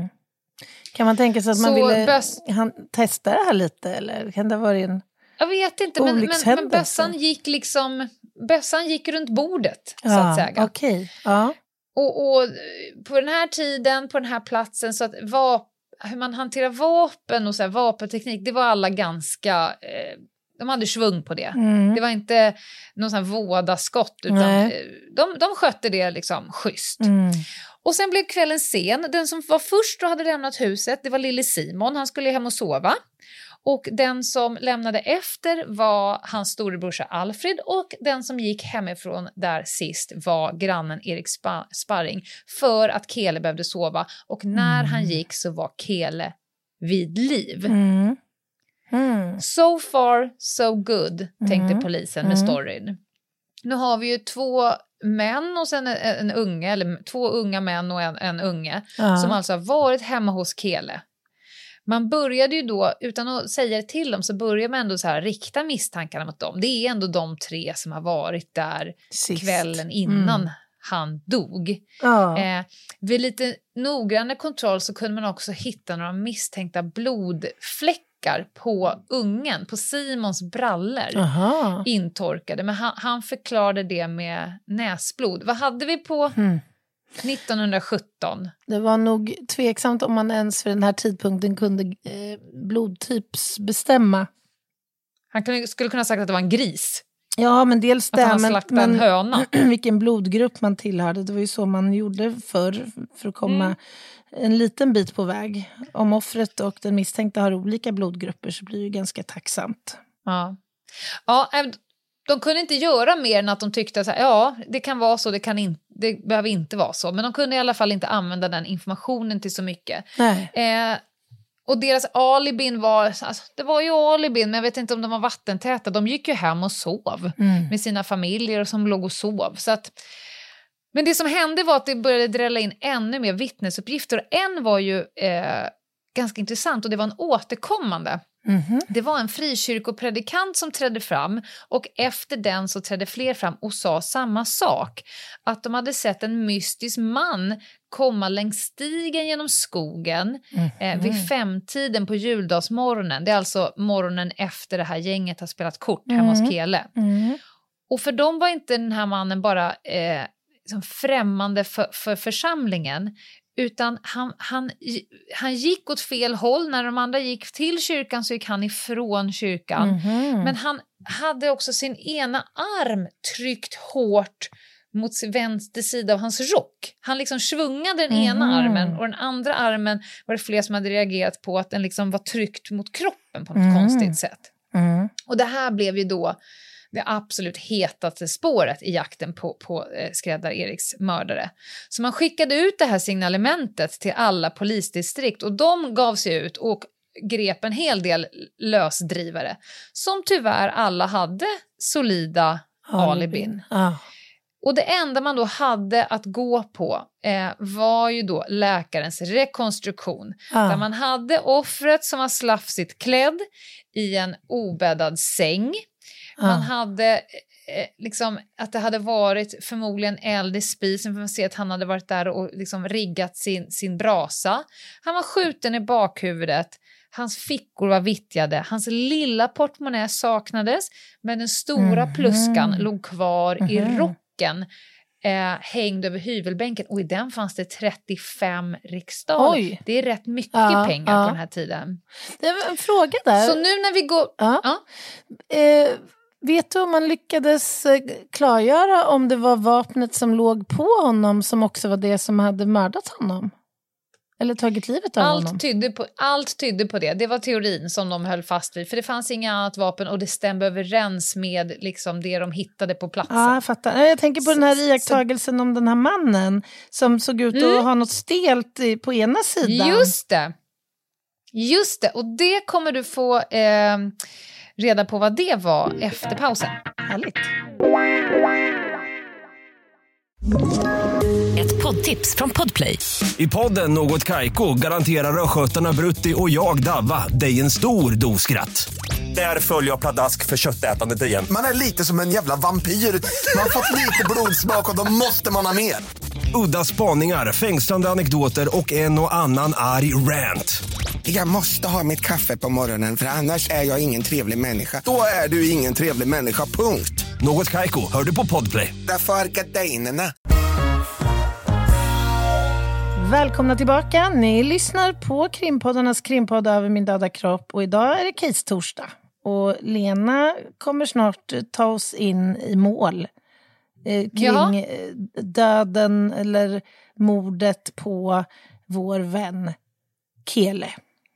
Kan man tänka sig att man Så ville bös- han, testa det här lite? Eller kan det vara en... Jag vet inte, men, men, men Olyckshändelse. bössan gick liksom bössan gick runt bordet så Ja, att säga. okej. Ja. Och, och på den här tiden, på den här platsen, så att vap- hur man hanterar vapen och så här, vapenteknik, det var alla ganska, eh, de hade svung på det. Mm. Det var inte någon sån här vådaskott, utan Nej. eh, de, de skötte det liksom schysst. Mm. Och sen blev kvällen sen. Den som var först och hade lämnat huset, det var lille Simon, han skulle hem och sova. Och den som lämnade efter var hans storebrorsa Alfred och den som gick hemifrån där sist var grannen Erik Spa- Sparring för att Kele behövde sova. Och när han gick så var Kele vid liv. Mm. Mm. So far, so good, tänkte Mm. polisen med Mm. storyn. Nu har vi ju två män och sen en, en unge, eller två unga män och en, en unge, Ja. som alltså har varit hemma hos Kele. Man började ju då, utan att säga det till dem, så börjar man ändå så här rikta misstankarna mot dem. Det är ändå de tre som har varit där Sist. kvällen innan Mm. han dog. Ja. Eh, vid lite noggrannare kontroll så kunde man också hitta några misstänkta blodfläckar på ungen, på Simons brallor. Aha. Intorkade, men han, han förklarade det med näsblod. Vad hade vi på Mm. nittonhundrasjutton? Det var nog tveksamt om man ens för den här tidpunkten kunde eh, blodtypsbestämma. Han kunde, skulle kunna ha sagt att det var en gris. Ja, men dels Att det, han men, slaktade en men höna. vilken blodgrupp man tillhörde. Det var ju så man gjorde förr för att komma Mm. en liten bit på väg. Om offret och den misstänkta har olika blodgrupper så blir det ju ganska tacksamt. Ja. Ja, äh, de kunde inte göra mer än att de tyckte att så här, ja, det kan vara så, det, kan in, det behöver inte vara så. Men de kunde i alla fall inte använda den informationen till så mycket. Nej. Eh, och deras alibin var, alltså, det var ju alibin, men jag vet inte om de var vattentäta. De gick ju hem och sov Mm. med sina familjer som låg och sov. Så att, men det som hände var att det började drälla in ännu mer vittnesuppgifter. En var ju eh, ganska intressant och det var en återkommande. Mm-hmm. Det var en frikyrkopredikant som trädde fram och efter den så trädde fler fram och sa samma sak. Att de hade sett en mystisk man komma längs stigen genom skogen mm-hmm. eh, vid femtiden på juldagsmorgonen. Det är alltså morgonen efter det här gänget har spelat kort mm-hmm. hemma hos Kele. Mm-hmm. Och för dem var inte den här mannen bara eh, liksom främmande för, för församlingen. Utan han, han, han gick åt fel håll. När de andra gick till kyrkan så gick han ifrån kyrkan. Mm-hmm. Men han hade också sin ena arm tryckt hårt mot vänster sida av hans rock. Han liksom svungade den mm-hmm. ena armen och den andra armen var det fler som hade reagerat på att den liksom var tryckt mot kroppen på något mm-hmm. konstigt sätt. Mm-hmm. Och det här blev ju då det absolut hetaste spåret i jakten på, på eh, Skräddar-Eriks mördare. Så man skickade ut det här signalementet till alla polisdistrikt och de gav sig ut och grep en hel del lösdrivare som tyvärr alla hade solida alibin. Ah. Och det enda man då hade att gå på eh, var ju då läkarens rekonstruktion. Ah. Där man hade offret som var slafsigt klädd i en obäddad säng. Man hade eh, liksom att det hade varit förmodligen eld i spisen för man ser att han hade varit där och liksom riggat sin, sin brasa. Han var skjuten i bakhuvudet. Hans fickor var vittjade. Hans lilla portmonnä saknades. Men den stora mm-hmm. pluskan låg kvar mm-hmm. i rocken. Eh, hängd över hyvelbänken. Och i den fanns det trettiofem riksdaler. Det är rätt mycket ja, pengar ja. på den här tiden. Det var en fråga där. Så nu när vi går... Ja. Ja. Eh, vet du om man lyckades klargöra om det var vapnet som låg på honom som också var det som hade mördat honom? Eller tagit livet av allt honom? Tydde på, allt tydde på det. Det var teorin som de höll fast vid. För det fanns inga annat vapen och det stämde överens med liksom det de hittade på platsen. Ja, jag fattar. Jag tänker på så, den här iakttagelsen så... om den här mannen som såg ut att mm. ha något stelt på ena sidan. Just det. Just det. Och det kommer du få eh, reda på vad det var efter pausen. Härligt. Ett poddtips från Podplay. I podden Något Kaiko garanterar röskötarna Brutti och jag Davva dig en stor doskratt. Där följer jag pladask för köttätandet igen. Man är lite som en jävla vampyr. Man har fått lite blodsmak och då måste man ha mer. Udda spaningar, fängslande anekdoter och en och annan arg rant. Jag måste ha mitt kaffe på morgonen för annars är jag ingen trevlig människa. Då är du ingen trevlig människa, punkt. Något Kaiko, hör du på Podplay. Därför är gardinerna. Välkomna tillbaka. Ni lyssnar på Krimpoddarnas krimpodd Över min döda kropp. Och idag är det case-torsdag. Och Lena kommer snart ta oss in i mål. Eh, kring ja. döden eller mordet på vår vän Kele.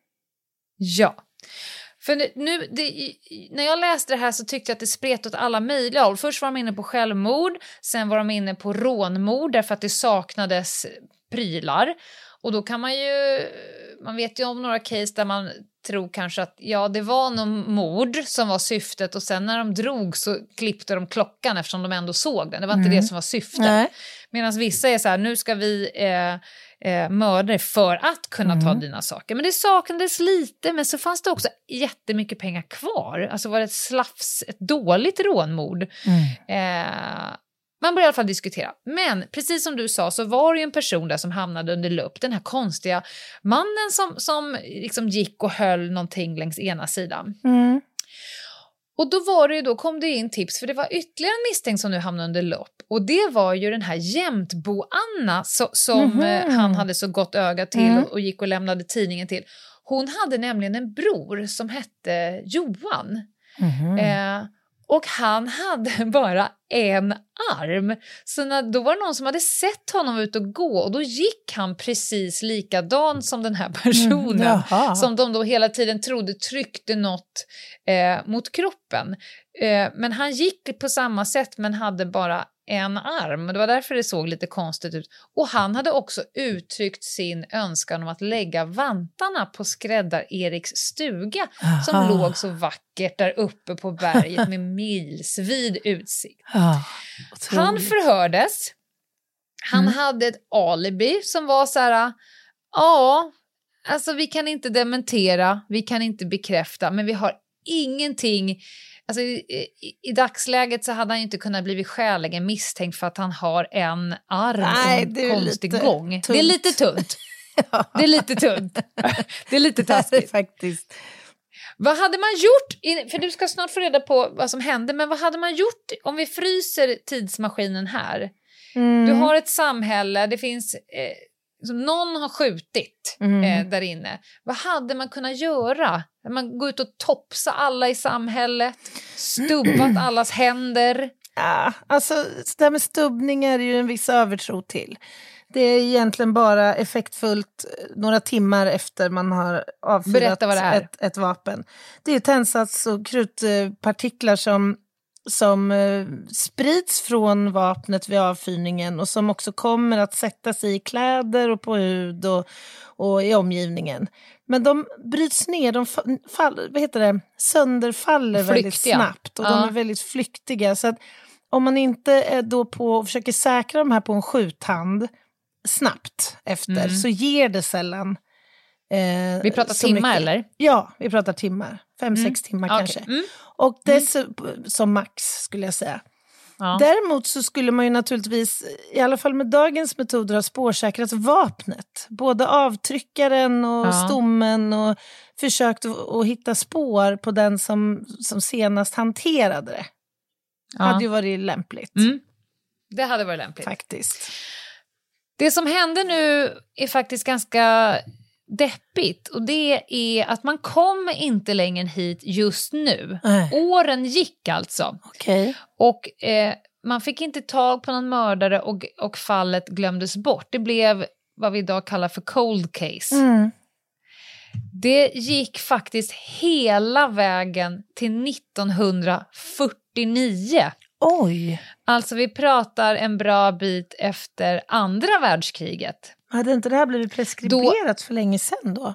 Ja. För nu, det, när jag läste det här så tyckte jag att det spret åt alla möjliga håll. Först var de inne på självmord. Sen var de inne på rånmord därför att det saknades prylar. Och då kan man ju, man vet ju om några case där man tror kanske att ja, det var någon mord som var syftet och sen när de drog så klippte de klockan eftersom de ändå såg den. Det var inte mm. det som var syftet. Medan vissa är så här, nu ska vi eh, eh, mörda dig för att kunna mm. ta dina saker. Men det saknades lite, men så fanns det också jättemycket pengar kvar. Alltså var det ett slafs, ett dåligt rånmord. Mm. Eh, Man börjar i alla fall diskutera. Men precis som du sa så var det ju en person där som hamnade under lupp. Den här konstiga mannen som, som liksom gick och höll någonting längs ena sidan. Mm. Och då var det ju då, kom det in tips för det var ytterligare en misstänkt som nu hamnade under lupp. Och det var ju den här Jämtbo-Anna so, som mm-hmm. han hade så gott öga till mm. och, och gick och lämnade tidningen till. Hon hade nämligen en bror som hette Johan. Mm-hmm. Eh, Och han hade bara en arm. Så när, då var det någon som hade sett honom ut och gå. Och då gick han precis likadan som den här personen. Mm, som de då hela tiden trodde tryckte något eh, mot kroppen. Eh, men han gick på samma sätt men hade bara en arm. Det var därför det såg lite konstigt ut. Och han hade också uttryckt sin önskan om att lägga vantarna på Skräddar-Eriks stuga. Aha. Som låg så vackert där uppe på berget med milsvid utsikt. Ah, han förhördes. Han mm. hade ett alibi som var så här, ja, alltså vi kan inte dementera, vi kan inte bekräfta, men vi har ingenting. Alltså i, i, i dagsläget så hade han inte kunnat bli skäligen misstänkt för att han har en arm Nej, och en det är konstig lite gång. tunt. Det är lite tunt. Ja. Det är lite tunt. Det är lite taskigt. Faktiskt. Vad hade man gjort, för du ska snart få reda på vad som hände, men vad hade man gjort om vi fryser tidsmaskinen här? Mm. Du har ett samhälle, det finns, eh, som någon har skjutit mm. eh, där inne. Vad hade man kunnat göra? Man går ut och topsa alla i samhället, stubbat allas händer. Ja, alltså det här med stubbningar är ju en viss övertro till. Det är egentligen bara effektfullt några timmar efter man har avfyrat ett, ett vapen. Det är tändsats och krutpartiklar som, som eh, sprids från vapnet vid avfyrningen och som också kommer att sätta sig i kläder och på hud och, och i omgivningen. Men de bryts ner, de fall, vad heter det? sönderfaller Flyktiga. Väldigt snabbt och ja. de är väldigt flyktiga. Så att om man inte är då på och försöker säkra de här på en skjuthand snabbt efter mm. så ger det sällan eh, vi pratar timmar mycket. Eller? Ja, vi pratar timmar. Fem, mm. sex timmar okay. kanske. Mm. Och det mm. som max skulle jag säga. Ja. Däremot så skulle man ju naturligtvis, i alla fall med dagens metoder, ha spårsäkrat vapnet. Både avtryckaren och ja. stommen och försökt att, att hitta spår på den som, som senast hanterade det. Ja. Hade ju varit lämpligt. Mm. Det hade varit lämpligt. Faktiskt. Det som händer nu är faktiskt ganska deppigt och det är att man kommer inte längre hit just nu. Äh. Åren gick alltså. Okay. Och eh, man fick inte tag på någon mördare och, och fallet glömdes bort. Det blev vad vi idag kallar för cold case. Mm. Det gick faktiskt hela vägen till nittonhundrafyrtionio. Oj! Alltså vi pratar en bra bit efter andra världskriget. Hade inte det här blivit preskriberat då... för länge sedan då?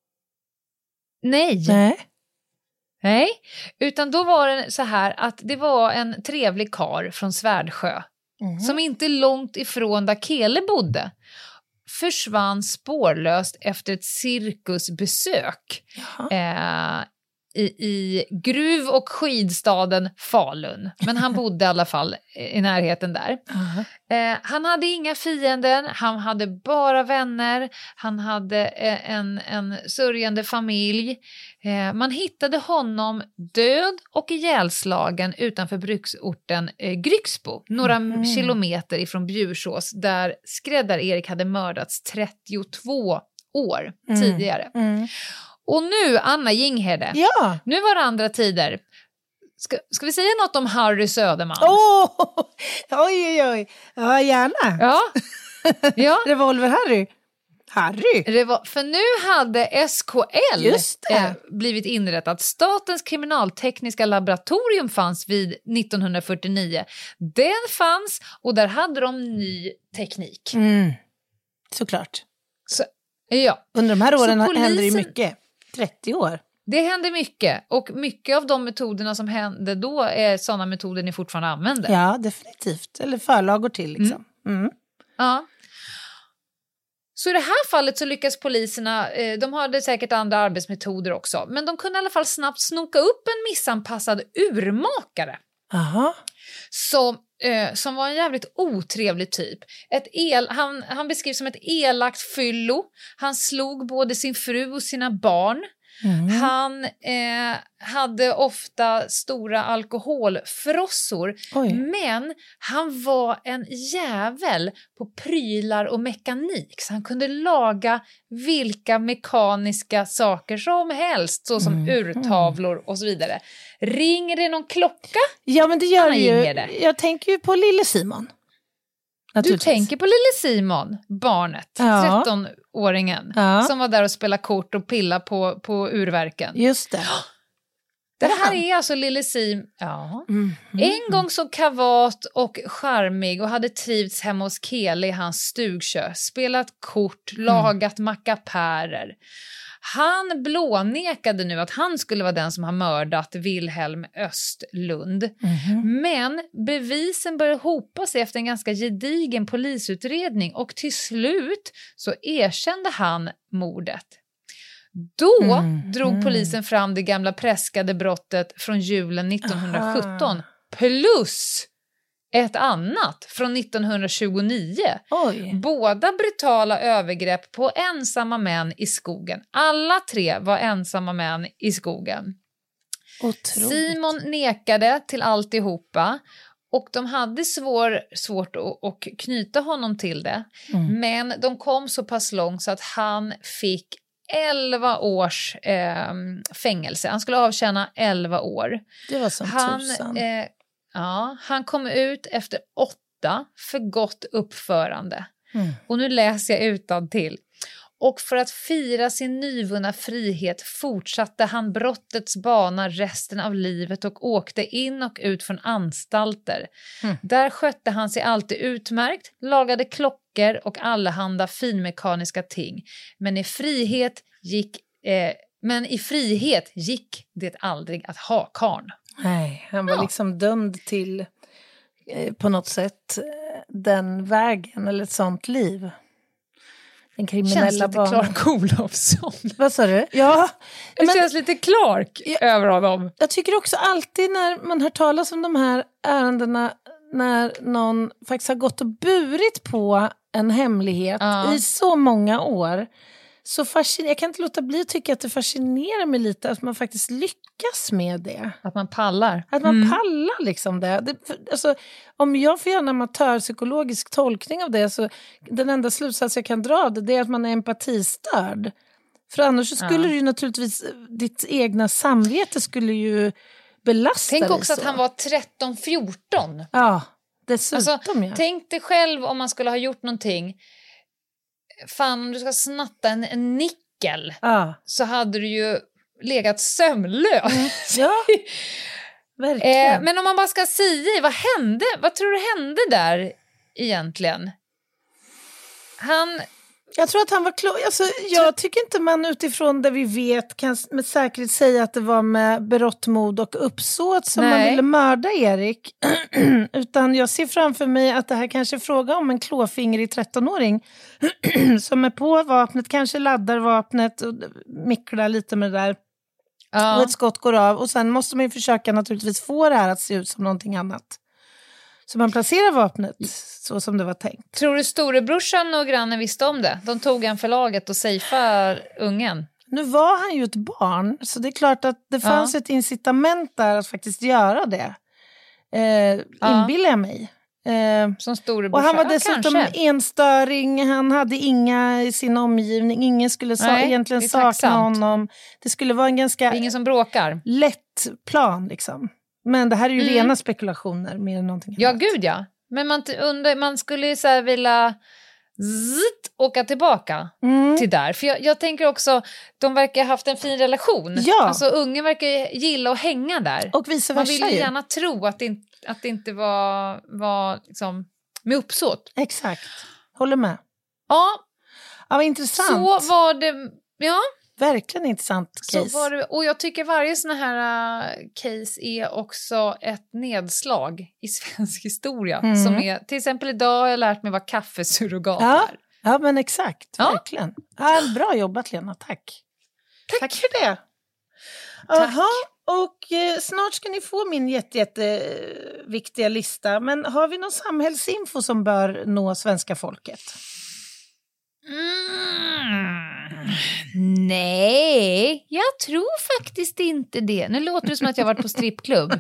Nej. Nej. Nej, utan då var det så här att det var en trevlig kar från Svärdsjö mm. som inte långt ifrån där Kele bodde försvann spårlöst efter ett cirkusbesök eh, i, i gruv- och skidstaden Falun. Men han bodde i alla fall i närheten där. Uh-huh. Eh, han hade inga fiender, han hade bara vänner, han hade eh, en, en sörjande familj. Eh, man hittade honom död och ihjälslagen utanför bruksorten eh, Grycksbo, några mm. kilometer ifrån Bjursås, där skräddar-Erik hade mördats trettiotvå år mm. tidigare. Mm. Och nu, Anna Jinghede, ja. nu var det andra tider. Ska, ska vi säga något om Harry Söderman? Oh, oj, oj, oj. Ja, gärna. Ja. ja. Revolver-Harry. Harry. Revol- för nu hade S K L Just det. Eh, blivit inrättat. Statens kriminaltekniska laboratorium fanns vid nittonhundrafyrtionio. Den fanns och där hade de ny teknik. Mm. Såklart. Så, ja. Under de här åren polisen... hände det mycket. trettio år. Det hände mycket och mycket av de metoderna som hände då är sådana metoder ni fortfarande använder. Ja, definitivt. Eller förlagor till liksom. Mm. Mm. Ja. Så i det här fallet så lyckas poliserna, eh, de hade säkert andra arbetsmetoder också, men de kunde i alla fall snabbt snoka upp en missanpassad urmakare. Aha. Som, eh, som var en jävligt otrevlig typ. Ett el, han, han beskrivs som ett elakt fyllo. Han slog både sin fru och sina barn. Mm. Han eh, hade ofta stora alkoholfrossor. Oj. Men han var en jävel på prylar och mekanik. Så han kunde laga vilka mekaniska saker som helst. Så som mm. urtavlor och så vidare. Ringer det någon klocka? Ja, men det gör det ju. Jag tänker ju på lille Simon. Du tänker på lille Simon, barnet, ja. tretton-åringen, ja. som var där och spelade kort och pilla på, på urverken. Just det. Det här är alltså lille Simon. Ja. Mm. En gång så kavat och charmig och hade trivts hemma hos Kele i hans stugkö, spelat kort, mm. lagat mackapärer. Han blånekade nu att han skulle vara den som har mördat Wilhelm Östlund. Mm-hmm. Men bevisen började hopa sig efter en ganska gedigen polisutredning och till slut så erkände han mordet. Då Mm. drog Mm. polisen fram det gamla präskade brottet från julen nittonhundrasjutton. Aha. Plus ett annat från nittonhundratjugonio. Oj. Båda brutala övergrepp på ensamma män i skogen. Alla tre var ensamma män i skogen. Otroligt. Simon nekade till alltihopa och de hade svår, svårt att, att knyta honom till det. Mm. Men de kom så pass långt så att han fick elva års eh, fängelse. Han skulle avtjäna elva år. Det var som Han, tusan. eh, ja, han kom ut efter åtta för gott uppförande. Mm. Och nu läser jag utantill. Och för att fira sin nyvunna frihet fortsatte han brottets bana resten av livet och åkte in och ut från anstalter. Mm. Där skötte han sig alltid utmärkt, lagade klockor och allehanda finmekaniska ting. Men i frihet gick, eh, men i frihet gick det aldrig att ha karn. Nej, han var Ja. liksom dömd till eh, på något sätt eh, den vägen eller ett sånt liv. Den Känns kriminella lite banan. Clark Olofsson. Vad sa du? Ja, Det men känns lite Clark Ja. över honom. jag tycker också alltid när man hör talas om de här ärendena när någon faktiskt har gått och burit på en hemlighet Ja. i så många år. Så fascin- jag kan inte låta bli att tycka att det fascinerar mig lite att man faktiskt lyckas med det. Att man pallar. Att man Mm. pallar liksom det. det för, alltså, om jag får göra en amatörpsykologisk tolkning av det så den enda slutsats jag kan dra det, det är att man är empatistörd. För annars så skulle Ja. det ju naturligtvis, ditt egna samvete skulle ju belasta Tänk dig också så. att han var tretton fjorton. Ja, dessutom Alltså, ja. tänk dig själv om man skulle ha gjort någonting. Fan, om du ska snatta en, en nickel Ja, så hade du ju legat sömnlös. ja verkligen. eh, men om man bara ska säga, vad hände? Vad tror du hände där egentligen? Han... Jag tror att han var klok. Alltså, jag tycker inte man utifrån det vi vet kan med säkerhet säga att det var med berått mod och uppsåt som man Nej. ville mörda Erik. Utan jag ser framför mig att det här kanske är fråga om en klåfingrig trettonåring som är på vapnet, kanske laddar vapnet och micklar lite med det där. Och Ja. ett skott går av och sen måste man ju försöka naturligtvis få det här att se ut som någonting annat. Så man placerar vapnet så som det var tänkt. Tror du storebrorsan och grannen visste om det? De tog en förlaget och safear ungen. Nu var han ju ett barn, så det är klart att det fanns Ja. ett incitament där att faktiskt göra det. Eh, Ja. inbillar jag mig. Eh, Som och storebrorsan. han var Ja, dessutom kanske. enstöring, han hade inga i sin omgivning, ingen skulle sa- Nej, egentligen det är sakna tacksamt. honom. Det skulle vara en Det ganska är ingen som bråkar. lätt plan liksom. Men det här är ju Mm. rena spekulationer mer än någonting Ja, annat. gud ja. Men man, t- under, man skulle ju så här vilja zzzt, åka tillbaka Mm. till där. För jag, jag tänker också, de verkar ha haft en fin relation. Ja. Alltså ungen verkar gilla att hänga där. Och vice man versa vill ju. gärna tro att det, inte, att det inte var, var liksom, med uppsåt. Exakt, håller med. Ja, Ja, vad intressant. så var det. Ja, Verkligen intressant så case. var det. Och jag tycker varje sån här uh, case är också ett nedslag i svensk historia. Mm. Som är, till exempel idag har jag lärt mig vad kaffesurrogat Ja. är. Ja, men exakt. Ja. Verkligen. Ja, bra jobbat, Lena. Tack. Tack, för det. Jaha, och eh, snart ska ni få min jätte, jätte eh, viktiga lista. Men har vi någon samhällsinfo som bör nå svenska folket? Mm. Nej, jag tror faktiskt inte det. Nu låter det som att jag varit på strippklubb.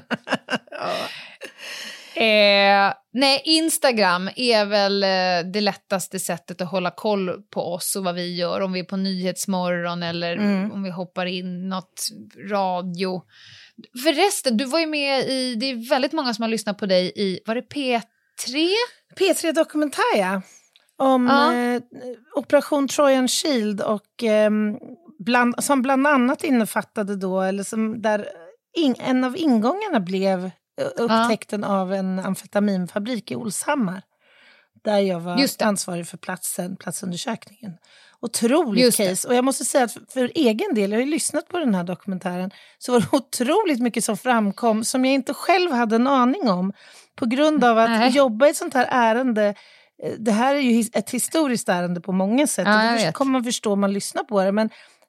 eh, nej, Instagram är väl eh, det lättaste sättet att hålla koll på oss och vad vi gör. Om vi är på Nyhetsmorgon eller Mm. om vi hoppar in något radio. Förresten, du var ju med i, det är väldigt många som har lyssnat på dig i, var det P tre? P tre Dokumentär, ja. Om Ja. eh, Operation Trojan Shield och eh, bland, som bland annat innefattade då, eller som där in, en av ingångarna blev eh, upptäckten av en amfetaminfabrik i Olshammar. Där jag var Just det. ansvarig för platsen, platsundersökningen. Otroligt Just det. case. Och jag måste säga att för, för egen del, jag har ju lyssnat på den här dokumentären, så var det otroligt mycket som framkom som jag inte själv hade en aning om. På grund av att Nej. jobba i ett sånt här ärende, eh, det här är ju his- ett historiskt ärende på många sätt. Ja, och jag det vet. kommer man förstå om man lyssnar på det. Men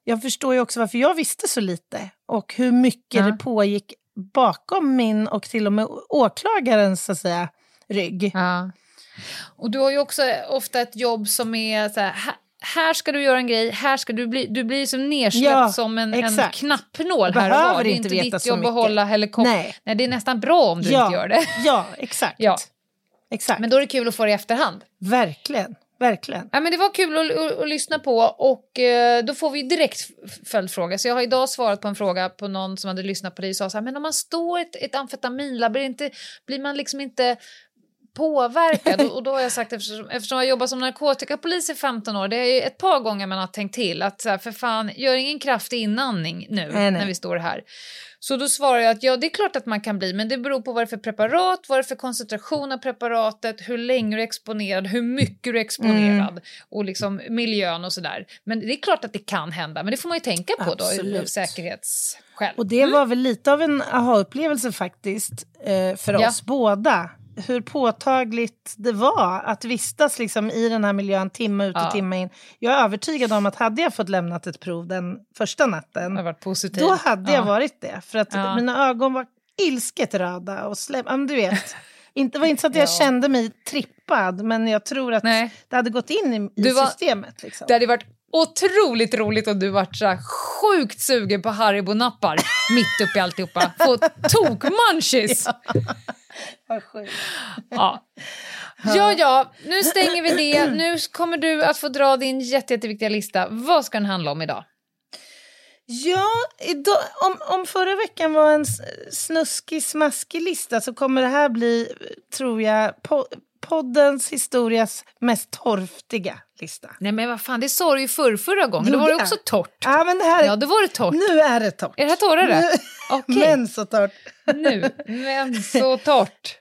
jag förstår ju också varför jag visste så lite. Och hur mycket Ja. det pågick bakom min och till och med åklagarens, så att säga, rygg. Ja. Och du har ju också ofta ett jobb som är så här, här, här ska du göra en grej, här ska du bli, du blir som nedsläppt Ja, som en, en exakt. knappnål Du här och var. behöver Det är inte inte veta ditt så jobb mycket. att hålla helikopter. Nej. Nej, det är nästan bra om du ja, inte gör det. Ja, exakt. Ja. exakt. Men då är det kul att få det i efterhand. Verkligen, verkligen. Ja, men det var kul att, att, att lyssna på och eh, då får vi direkt följdfråga. Så jag har idag svarat på en fråga på någon som hade lyssnat på dig och sa så här, men om man står i ett, ett amfetaminlabb, blir, inte, blir man liksom inte påverkad? och, och då har jag sagt, eftersom, eftersom jag jobbar som narkotikapolis i femton år, det är ju ett par gånger man har tänkt till att så här, för fan, gör ingen kraftig inandning nu nej, nej. när vi står här. Så då svarar jag att ja, det är klart att man kan bli, men det beror på vad det är för preparat, vad det är för koncentration av preparatet, hur länge du är exponerad, hur mycket du är exponerad mm. och liksom miljön och sådär. Men det är klart att det kan hända, men det får man ju tänka på Absolut. då av säkerhetsskäl. Och det mm. var väl lite av en aha-upplevelse faktiskt eh, för Ja. oss båda. Hur påtagligt det var att vistas liksom i den här miljön timme ut och Ja. timme in. Jag är övertygad om att hade jag fått lämnat ett prov den första natten, Det har varit positivt. då hade ja. jag varit det. För att Ja. mina ögon var ilsket röda och släpp, ja, men du vet. Inte, det var inte så att jag Ja. kände mig trippad, men jag tror att Nej. det hade gått in i, i Du var- systemet. Liksom. Det hade varit otroligt roligt om du varit så här sjukt sugen på Haribo-nappar mitt uppe i alltihopa. Få tok-munchies! Vad sjukt. Ja. ja, ja, nu stänger vi det. Nu kommer du att få dra din jätte, jätteviktiga lista. Vad ska den handla om idag? Ja, idag, om, om förra veckan var en s- snuskig, smaskig lista så kommer det här bli, tror jag, po- poddens historias mest torftiga lista. Nej, men vad fan, det sa du ju förr, förra gången. Jo, Då var det det är- också torrt. Ja, men det här, Ja, då var det torrt. nu är det torrt. Är det här torrare? Nu, Okej. Men så torrt. Nu, men så torrt.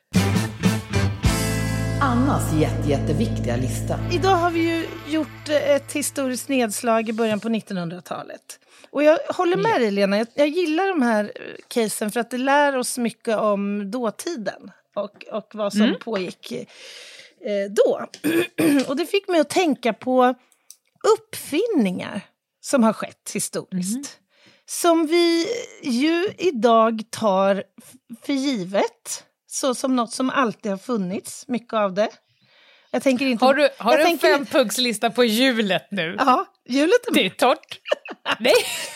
Annas jätte, jätteviktiga lista. Idag har vi ju gjort ett historiskt nedslag i början på nittonhundratalet. Och jag håller med dig, Lena. Jag, jag gillar de här casen för att det lär oss mycket om dåtiden och, och vad som Mm. pågick eh, då. Och det fick mig att tänka på uppfinningar som har skett historiskt. Mm. Som vi ju idag tar f- för givet. Så som något som alltid har funnits, mycket av det. Jag tänker inte... Har du, har jag du en tänker- fempunktslista på hjulet nu? Ja, hjulet är... Det är torrt. Nej.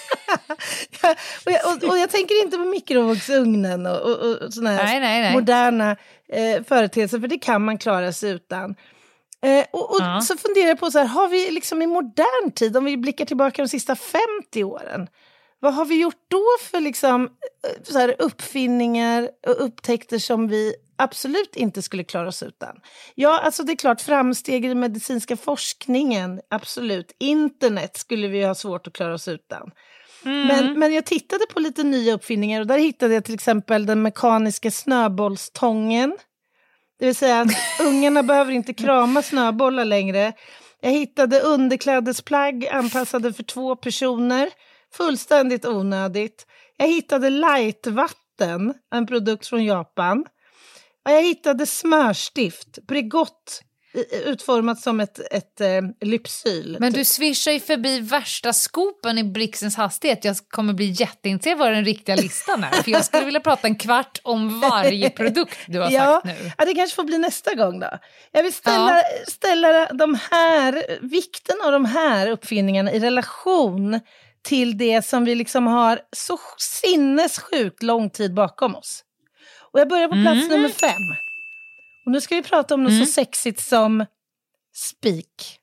och, jag, och, och jag tänker inte på mikrovågsugnen och, och, och såna här Nej, nej, nej. moderna eh, företeelser, för det kan man klara sig utan. Eh, och och Ja. så funderar jag på så här, har vi liksom i modern tid, om vi blickar tillbaka de sista femtio åren, vad har vi gjort då för liksom, eh, så här uppfinningar och upptäckter som vi absolut inte skulle klara oss utan? Ja, alltså det är klart, framsteg i den medicinska forskningen, absolut. Internet skulle vi ha svårt att klara oss utan. Mm. Men, men jag tittade på lite nya uppfinningar och där hittade jag till exempel den mekaniska snöbollstången. Det vill säga att ungarna behöver inte krama snöbollar längre. Jag hittade underklädesplagg anpassade för två personer. Fullständigt onödigt. Jag hittade lightvatten, en produkt från Japan. Och jag hittade smörstift, Bregott, utformat som ett, ett eh, lypsyl. Men du swishar ju förbi värsta skopen i blixtens hastighet. Jag kommer bli jätteintresserad vad den riktiga listan är. För jag skulle vilja prata en kvart om varje produkt du har ja, sagt nu. Ja, det kanske får bli nästa gång då. Jag vill ställa, Ja. ställa de här, vikten av de här uppfinningarna i relation till det som vi liksom har så sinnessjukt lång tid bakom oss. Och jag börjar på plats Mm. nummer fem. Och nu ska vi prata om något Mm. så sexigt som spik.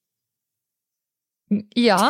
Ja.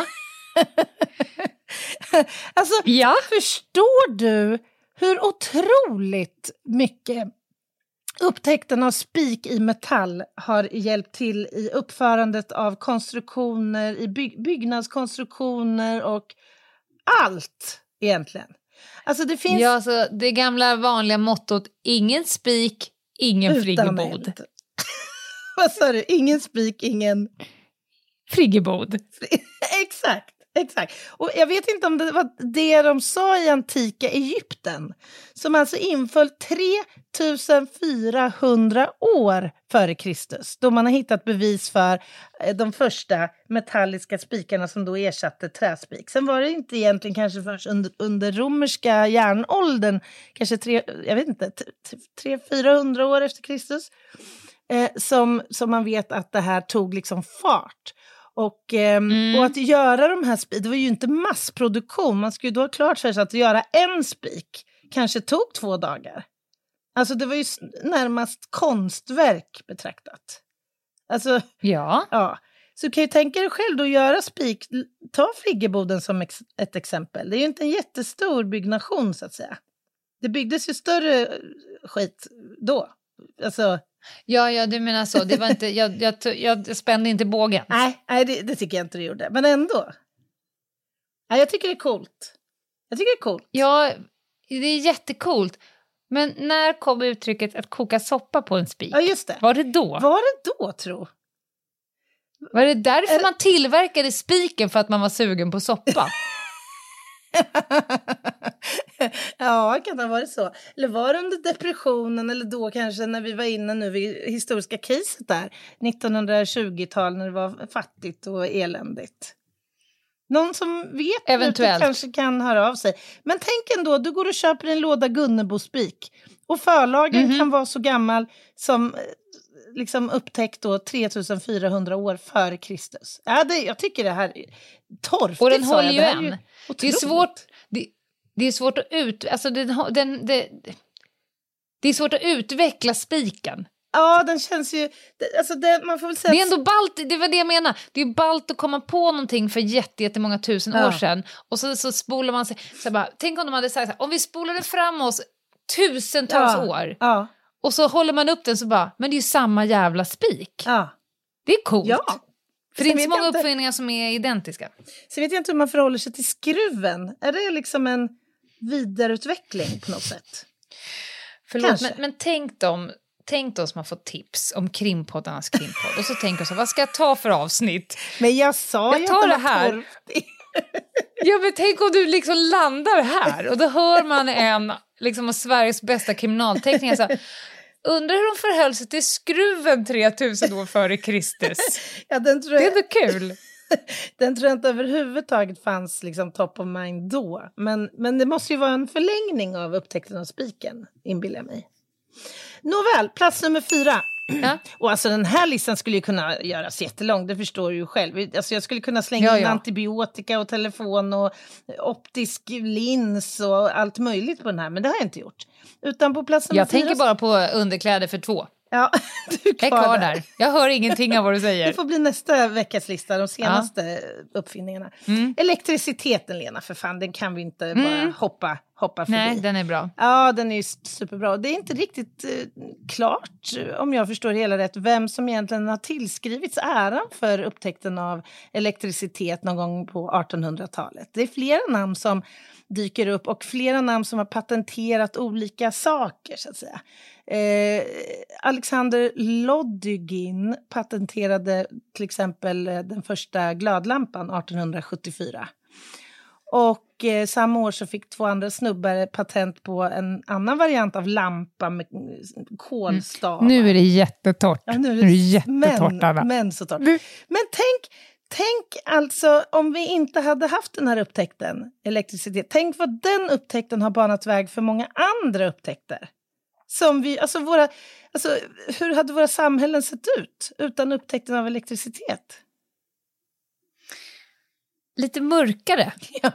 Alltså, Ja. förstår du hur otroligt mycket upptäckten av spik i metall har hjälpt till i uppförandet av konstruktioner, i by- byggnadskonstruktioner och allt egentligen. Alltså det finns... Ja, alltså det gamla vanliga mottot, ingen spik, ingen utan friggebod. eld. Vad sa du? Ingen spik, ingen... Friggebod. Exakt, Exakt. Och jag vet inte om det var det de sa i antika Egypten. Som alltså inföll tre tusen fyrahundra år före Kristus. Då man har hittat bevis för de första metalliska spikarna som då ersatte träspik. Sen var det inte egentligen kanske först under, under romerska järnåldern. Kanske tre, jag vet inte, tre fyrahundra år efter Kristus. Eh, som, som man vet att det här tog liksom fart. Och, eh, mm. och att göra de här spik, det var ju inte massproduktion. Man skulle ju då ha klart för sig att göra en spik kanske tog två dagar. Alltså det var ju närmast konstverk betraktat. Alltså, ja. ja. Så du kan ju tänka dig själv då att göra spik, ta Friggeboden som ex- ett exempel. Det är ju inte en jättestor byggnation så att säga. Det byggdes ju större skit då. Alltså... Ja, ja, du menar så. Det var inte, jag, jag, jag spände inte bågen. Nej, nej det, det tycker jag inte det gjorde. Men ändå. Nej, jag tycker det är coolt. Jag tycker det är coolt. Ja, det är jättekult. Men när kom uttrycket att koka soppa på en spik? Ja, just det. Var det då? Var det då, tro? Var det därför Är... man tillverkade spiken för att man var sugen på soppa? Ja, kan det ha varit så. Eller var det under depressionen eller då kanske när vi var inne nu vid historiska caset där nittonhundratjugotal när det var fattigt och eländigt. Någon som vet eventuellt kanske kan höra av sig. Men tänk ändå, du går och köper en låda Gunnebospik och förlagen mm-hmm. kan vara så gammal som liksom upptäckt då tre tusen fyrahundra år före Kristus. Ja, det, jag tycker det här är torftigt. Och den håller ju än. Ju det är svårt det, det är svårt att ut alltså den, den, det, det är svårt att utveckla spiken. Ja, den känns ju det, alltså det, man får väl säga det är ändå ballt, det var det jag menar. Det är ballt att komma på någonting för jätte, jättemånga tusen ja. år sedan och så, så spolar man sig så bara, tänk om de hade sagt så här, om vi spolade fram oss tusentals ja. år. Ja. Och så håller man upp den så bara, men det är ju samma jävla spik. Ja. Det är coolt. Ja. För det är inte så många inte... uppfinningar som är identiska. Så vet jag inte hur man förhåller sig till skruven. Är det liksom en vidareutveckling på något sätt? Förlåt, men, men tänk dem, tänk dem som har fått tips om krimpoddarnas krimpodd. Och så tänker jag så, vad ska jag ta för avsnitt? Men jag sa jag ju tar det här. Ja, men tänk om du liksom landar här. Och då hör man en liksom av Sveriges bästa kriminalteckningar så här, undrar hur de förhöll sig till skruven tre tusen år före Kristus. Ja, den tror jag... Det är ändå kul. Den tror jag inte överhuvudtaget fanns liksom top of mind då. Men, men det måste ju vara en förlängning av upptäckten av spiken, inbillar jag mig. Nåväl, plats nummer fyra. Ja. Och alltså den här listan skulle ju kunna göras jättelång, det förstår du ju själv. Alltså jag skulle kunna slänga ja, in ja. antibiotika och telefon och optisk lins och allt möjligt på den här, men det har jag inte gjort. Utan på plats nummer jag fyra... tänker bara på underkläder för två. Ja, du är kvar, jag är kvar där. där. Jag hör ingenting av vad du säger. Det får bli nästa veckas lista, de senaste ja. uppfinningarna. Mm. Elektriciteten, Lena, för fan, den kan vi inte mm. bara hoppa, hoppa förbi. Nej, den är bra. Ja, den är ju superbra. Det är inte riktigt eh, klart, om jag förstår det hela rätt, vem som egentligen har tillskrivits äran för upptäckten av elektricitet någon gång på artonhundratalet. Det är flera namn som dyker upp och flera namn som har patenterat olika saker, så att säga. Eh, Alexander Lodygin patenterade till exempel den första glödlampan artonhundrasjuttiofyra. Och eh, samma år så fick två andra snubbar patent på en annan variant av lampa med kolstavar. Mm. Nu är det jättetorrt. Ja, nu är det, nu är det jättetorrt, men, men så torrt. Men tänk, tänk alltså om vi inte hade haft den här upptäckten, elektricitet. Tänk vad den upptäckten har banat väg för många andra upptäckter. Som vi, alltså våra, alltså, hur hade våra samhällen sett ut utan upptäckten av elektricitet? Lite mörkare. Ja.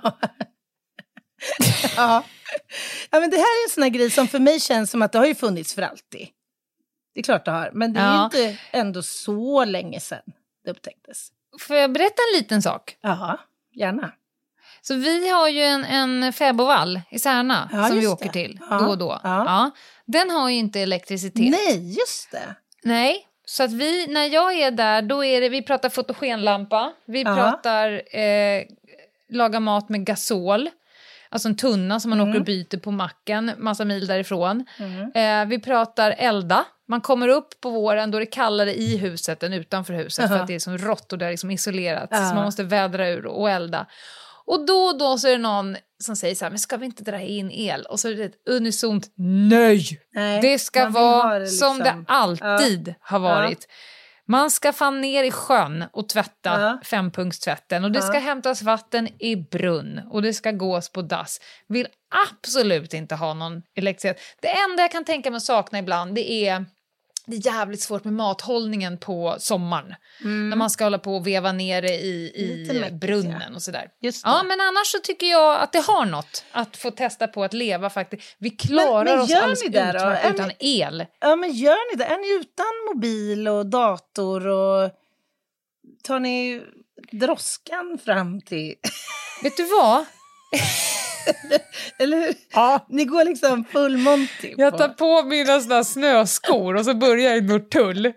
ja. ja, men det här är en sån här grej som för mig känns som att det har ju funnits för alltid. Det är klart det har, men det är ja. ju inte ändå så länge sedan det upptäcktes. Får jag berätta en liten sak? Ja, gärna. Så vi har ju en, en fäbodvall i Särna ja, som vi åker det. till ja. då och då. Ja. Ja. Den har ju inte elektricitet. Nej, just det. Nej, så att vi, när jag är där, då är det, vi pratar fotogenlampa. Vi ja. pratar eh, laga mat med gasol. Alltså en tunna som man mm. åker och byter på macken, massa mil därifrån. Mm. Eh, vi pratar elda Man kommer upp på våren, då är det kallare i huset än utanför huset. Uh-huh. För att det är som rått och det är liksom isolerat. Uh-huh. Så man måste vädra ur och elda. Och då och då så är det någon som säger så här, men ska vi inte dra in el? Och så är det ett unisont nej. nej det ska vara det liksom. Som det alltid ja. har varit. Ja. Man ska fan ner i sjön och tvätta ja. fempunktstvätten. Och det ja. ska hämtas vatten i brunn. Och det ska gås på dass. Vill absolut inte ha någon elektricitet. Det enda jag kan tänka mig att sakna ibland, det är... Det är jävligt svårt med mathållningen på sommaren. Mm. När man ska hålla på och veva ner det i, i mäckigt, brunnen ja. och sådär. Just ja, men annars så tycker jag att det har något att få testa på att leva faktiskt. Vi klarar men, men oss alldeles utmärkt utan ni, el. Ja, men gör ni det? Är ni utan mobil och dator och tar ni droskan fram till... Vet du vad? Eller hur? Ja. Ni går liksom full Monty på. Jag tar på mina såna snöskor och så börjar jag i Norrtull.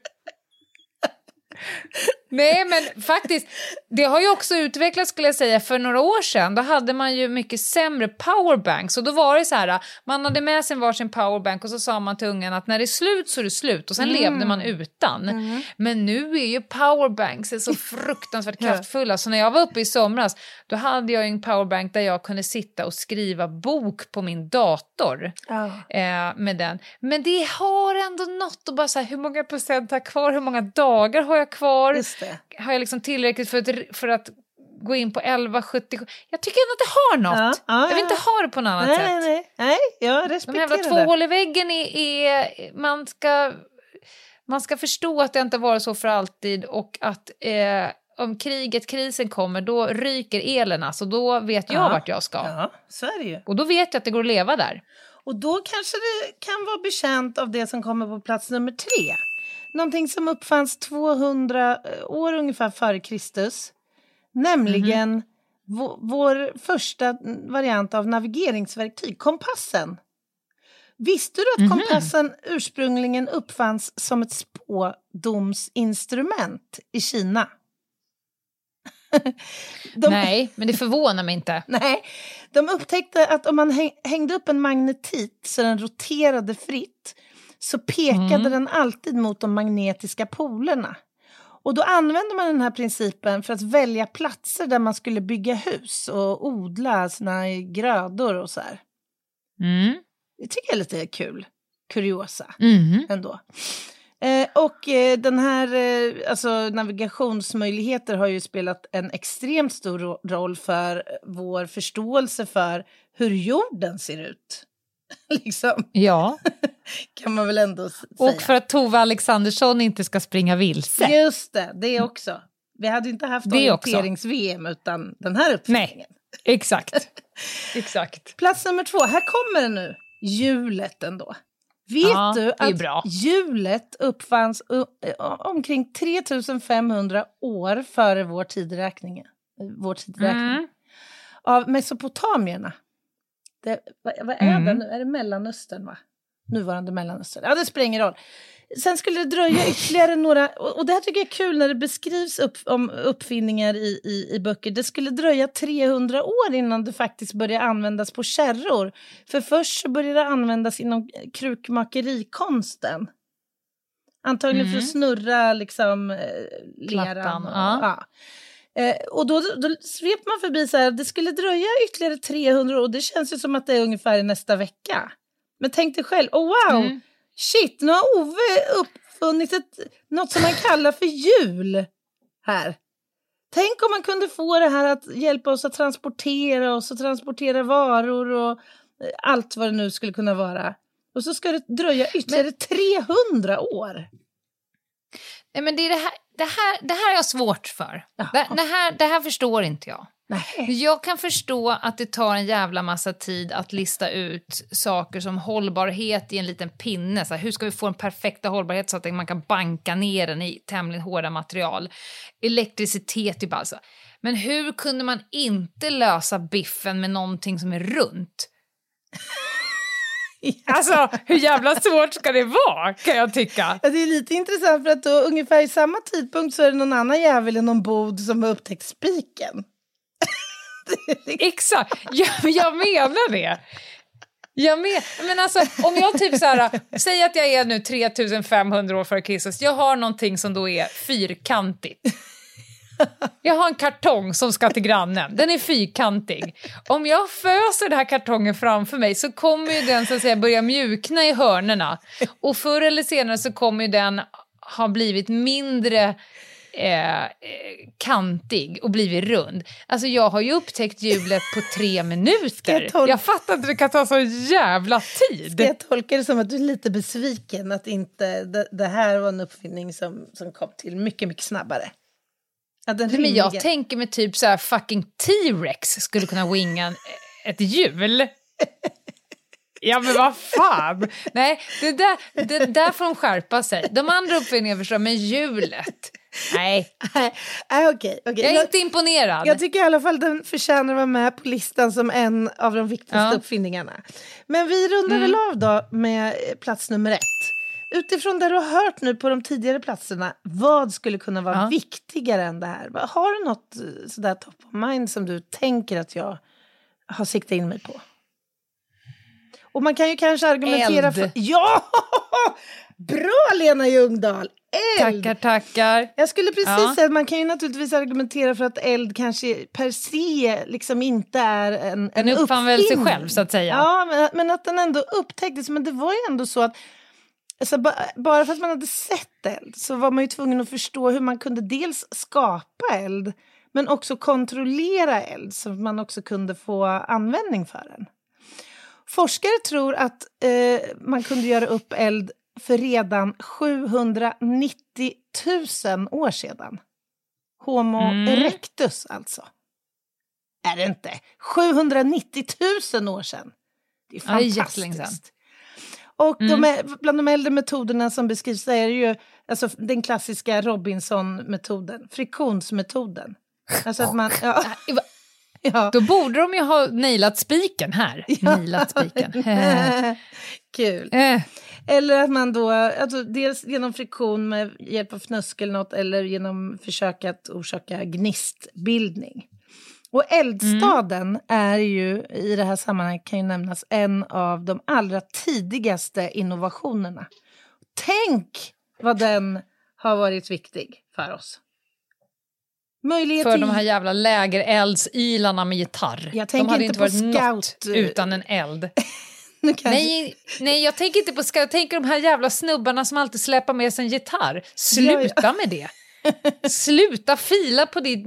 Nej, men faktiskt, det har ju också utvecklats skulle jag säga. För några år sedan, då hade man ju mycket sämre powerbanks. Och då var det så här, man hade med sig varsin powerbank och så sa man till ungarna att när det är slut så är det slut. Och sen mm. levde man utan. Mm. Men nu är ju powerbanks är så fruktansvärt kraftfulla. Så när jag var uppe i somras, då hade jag en powerbank där jag kunde sitta och skriva bok på min dator. Oh. Eh, med den. Men det har ändå något att bara så här, hur många procent har jag kvar? Hur många dagar har jag kvar? Just det. Har jag liksom tillräckligt för att, för att gå in på elva sjuttio? Jag tycker ändå att det har något. Ja, ja, jag vill inte ha det på något annat nej, sätt. Nej, nej, nej. Jag respekterar det. De jävla två hål i väggen är, är man ska man ska förstå att det inte varit så för alltid och att eh, om kriget, krisen kommer, då ryker elen alltså. Då vet jag ja, vart jag ska. Ja, så är det ju. Och då vet jag att det går att leva där. Och då kanske det kan vara bekänt av det som kommer på plats nummer tre. Någonting som uppfanns tvåhundra år ungefär före Kristus. Nämligen mm-hmm. v- vår första variant av navigeringsverktyg, kompassen. Visste du att mm-hmm. kompassen ursprungligen uppfanns som ett spådomsinstrument i Kina? de... Nej, men det förvånar mig inte. Nej, de upptäckte att om man hängde upp en magnetit så den roterade fritt så pekade mm. den alltid mot de magnetiska polerna. Och då använde man den här principen för att välja platser där man skulle bygga hus och odla sina grödor och så här. Mm. Det tycker jag är lite kul. Kuriosa mm. ändå. Eh, och eh, den här eh, alltså navigationsmöjligheter har ju spelat en extremt stor roll för vår förståelse för hur jorden ser ut. liksom. Ja. Kan man väl ändå säga. Och för att Tove Alexandersson inte ska springa vilse. Just det, det också. Vi hade inte haft orienterings-V M utan den här uppfinningen. Nej, exakt. exakt. Plats nummer två, här kommer det nu. Hjulet ändå. Vet ja, du att bra. hjulet uppfanns uh, omkring tre tusen femhundra år före vår tidräkning, vår tidräkning mm. av mesopotamierna. Det, vad, vad är mm. det nu? Är det Mellanöstern va? Nuvarande Mellanöstern. Ja, det spelar ingen roll. Sen skulle det dröja ytterligare några... Och, och det här tycker jag är kul när det beskrivs upp, om uppfinningar i, i, i böcker. Det skulle dröja trehundra år innan det faktiskt började användas på kärror. För först så började det användas inom krukmakerikonsten. Antagligen mm. för att snurra liksom leran. Och, ja. Ja. Eh, och då, då svep man förbi så här. Det skulle dröja ytterligare trehundra år. Och det känns ju som att det är ungefär nästa vecka. Men tänk dig själv, oh wow, mm. shit, nu har Ove uppfunnit ett, något som man kallar för hjul här. Tänk om man kunde få det här att hjälpa oss att transportera oss och transportera varor och allt vad det nu skulle kunna vara. Och så ska det dröja ytterligare men, trehundra år. Nej, men det är det här, det här, det här är jag svårt för. Det, det, här, det här förstår inte jag. Nej. Jag kan förstå att det tar en jävla massa tid att lista ut saker som hållbarhet i en liten pinne. Så här, hur ska vi få en perfekta hållbarhet så att man kan banka ner den i tämligen hårda material? Elektricitet typ alltså. Men hur kunde man inte lösa biffen med någonting som är runt? Alltså, hur jävla svårt ska det vara, kan jag tycka. Ja, det är lite intressant för att då, ungefär i samma tidpunkt så är det någon annan jävel i någon bod som har upptäckt spiken. Exakt, jag, jag menar det. Jag med. Men alltså, om jag typ så här, säg att jag är nu tre tusen femhundra år före Kristus. Jag har någonting som då är fyrkantigt. Jag har en kartong som ska till grannen. Den är fyrkantig. Om jag föser den här kartongen framför mig så kommer ju den så att säga börja mjukna i hörnerna. Och förr eller senare så kommer ju den ha blivit mindre eh, kantig och blivit rund. Alltså jag har ju upptäckt hjulet på tre minuter. Jag, tol- jag fattar inte, det kan ta så jävla tid. Ska jag tolka det som att du är lite besviken att inte det, det här var en uppfinning som, som kom till mycket, mycket snabbare? Att den Men jag tänker mig typ så här fucking T-Rex skulle kunna winga en, ett hjul. Ja men vad fan. Nej, det där, det där får de skärpa sig. De andra uppfinningarna förstår, men hjulet. Nej. Nej, nej okej, okej. Jag är inte imponerad. Jag tycker i alla fall den förtjänar att vara med på listan som en av de viktigaste ja. uppfinningarna. Men vi rundar mm. väl av då med plats nummer ett. Utifrån det du har hört nu på de tidigare platserna, vad skulle kunna vara ja. viktigare än det här? Har du något sådär top of mind som du tänker att jag har siktat in mig på? Och man kan ju kanske argumentera eld. för... Ja! Bra Lena Ljungdahl! Eld! Tackar, tackar. Jag skulle precis ja. säga att man kan ju naturligtvis argumentera för att eld kanske per se liksom inte är en, en Den uppfann väl sig själv så att säga. Ja, men, men att den ändå upptäcktes. Men det var ju ändå så att alltså, bara för att man hade sett eld så var man ju tvungen att förstå hur man kunde dels skapa eld men också kontrollera eld så att man också kunde få användning för den. Forskare tror att eh, man kunde göra upp eld för redan sjuhundranittio tusen år sedan. Homo mm. erectus alltså. Är det inte? sjuhundranittio tusen år sedan. Det är fantastiskt. Ja, och mm. de är, bland de äldre metoderna som beskrivs är det ju alltså, den klassiska Robinson-metoden. Friktionsmetoden. Alltså att man... Ja. Ja. Då borde de ju ha nailat spiken här. Ja. Nailat spiken. Kul. Äh. Eller att man då, alltså dels genom friktion med hjälp av fnösk eller något, eller genom försök att orsaka gnistbildning. Och eldstaden mm. är ju i det här sammanhanget kan ju nämnas en av de allra tidigaste innovationerna. Tänk vad den har varit viktig för oss. Möjlighet för till... de här jävla lägereldsylarna med gitarr. Jag tänker de hade inte inte på varit scout något utan en eld. kanske... nej, nej, jag tänker inte på scout. Jag tänker de här jävla snubbarna som alltid släpar med sig en gitarr. Sluta ja, ja. med det. Sluta fila på din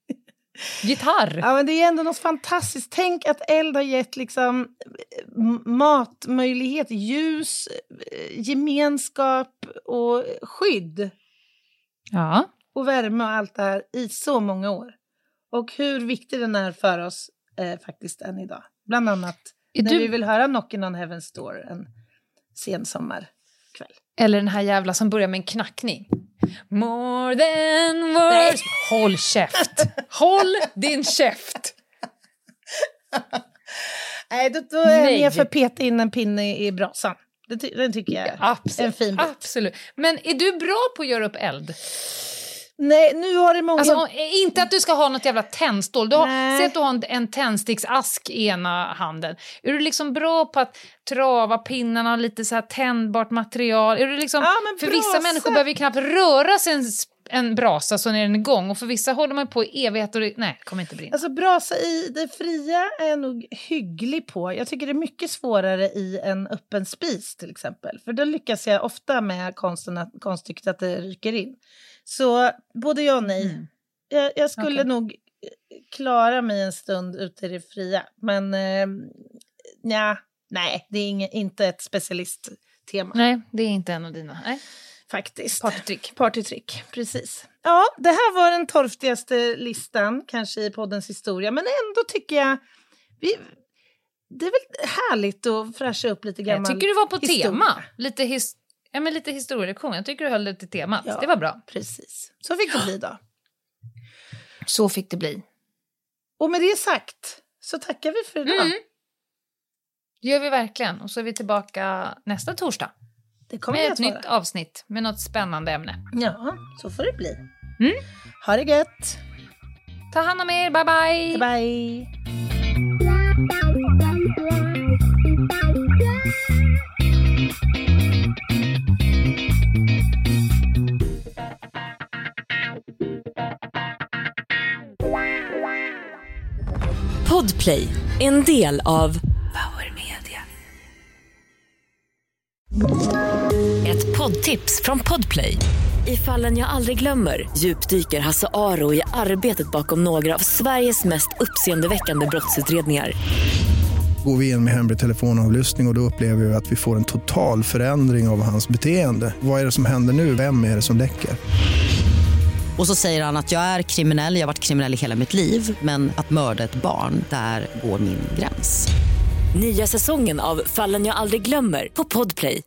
gitarr. Ja, men det är ändå något fantastiskt. Tänk att eld har gett liksom matmöjlighet, ljus, gemenskap och skydd. Ja. Och värme och allt det här i så många år. Och hur viktig den är för oss eh, faktiskt än idag. Bland annat är när du... vi vill höra Knockin' on Heaven's Door en sen sommarkväll. Eller den här jävla som börjar med en knackning. More than words. Nej. Håll käft. Håll din käft. Nej, då, då är Nej. jag för peta in en pinne i brasan. Det, den tycker jag är ja, absolut, en fin bit. Absolut. Men är du bra på att göra upp eld? Nej, nu har det många... Alltså, inte att du ska ha något jävla tändstål. Du har, säg att du har en, en tändsticksask i ena handen. Är du liksom bra på att trava pinnarna och lite så här tändbart material? Är du liksom... Ja, men för brasa. Vissa människor behöver ju knappt röra sig en, en brasa så är den igång. Och för vissa håller man på i evighet och det, nej, kommer inte brinna. Alltså brasa i det fria är jag nog hygglig på. Jag tycker det är mycket svårare i en öppen spis till exempel. För då lyckas jag ofta med konsten att, konststycket att det ryker in. Så både ja och nej. Mm. Jag, jag skulle okay. nog klara mig en stund ute i det fria. Men eh, ja, nej, det är inge, inte ett specialisttema. Nej, det är inte en av dina. Nej. Faktiskt. Partytrick. Partytrick, precis. Ja, det här var den torftigaste listan kanske i poddens historia. Men ändå tycker jag... Vi, det är väl härligt att fräscha upp lite gammal Jag tycker du var på historia. tema. Lite his- Ja, men lite historielektion. Jag tycker du höll lite temat. Ja, det var bra. Precis. Så fick det bli då. Så fick det bli. Och med det sagt så tackar vi för idag. Mm. Det gör vi verkligen. Och så är vi tillbaka nästa torsdag. Det kommer med ett nytt vara. avsnitt med något spännande ämne. Ja, så får det bli. Mm. Ha det gött. Ta hand om er. Bye bye. Bye bye. Podplay, en del av Power Media. Ett poddtips från Podplay. I Fallen jag aldrig glömmer djupdyker Hasse Aro i arbetet bakom några av Sveriges mest uppseendeväckande brottsutredningar. Går vi in med hemlig telefonavlyssning och, och då upplever vi att vi får en total förändring av hans beteende. Vad är det som händer nu? Vem är det som läcker? Och så säger han att jag är kriminell, jag har varit kriminell i hela mitt liv. Men att mörda ett barn, där går min gräns. Nya säsongen av Fallen jag aldrig glömmer på Podplay.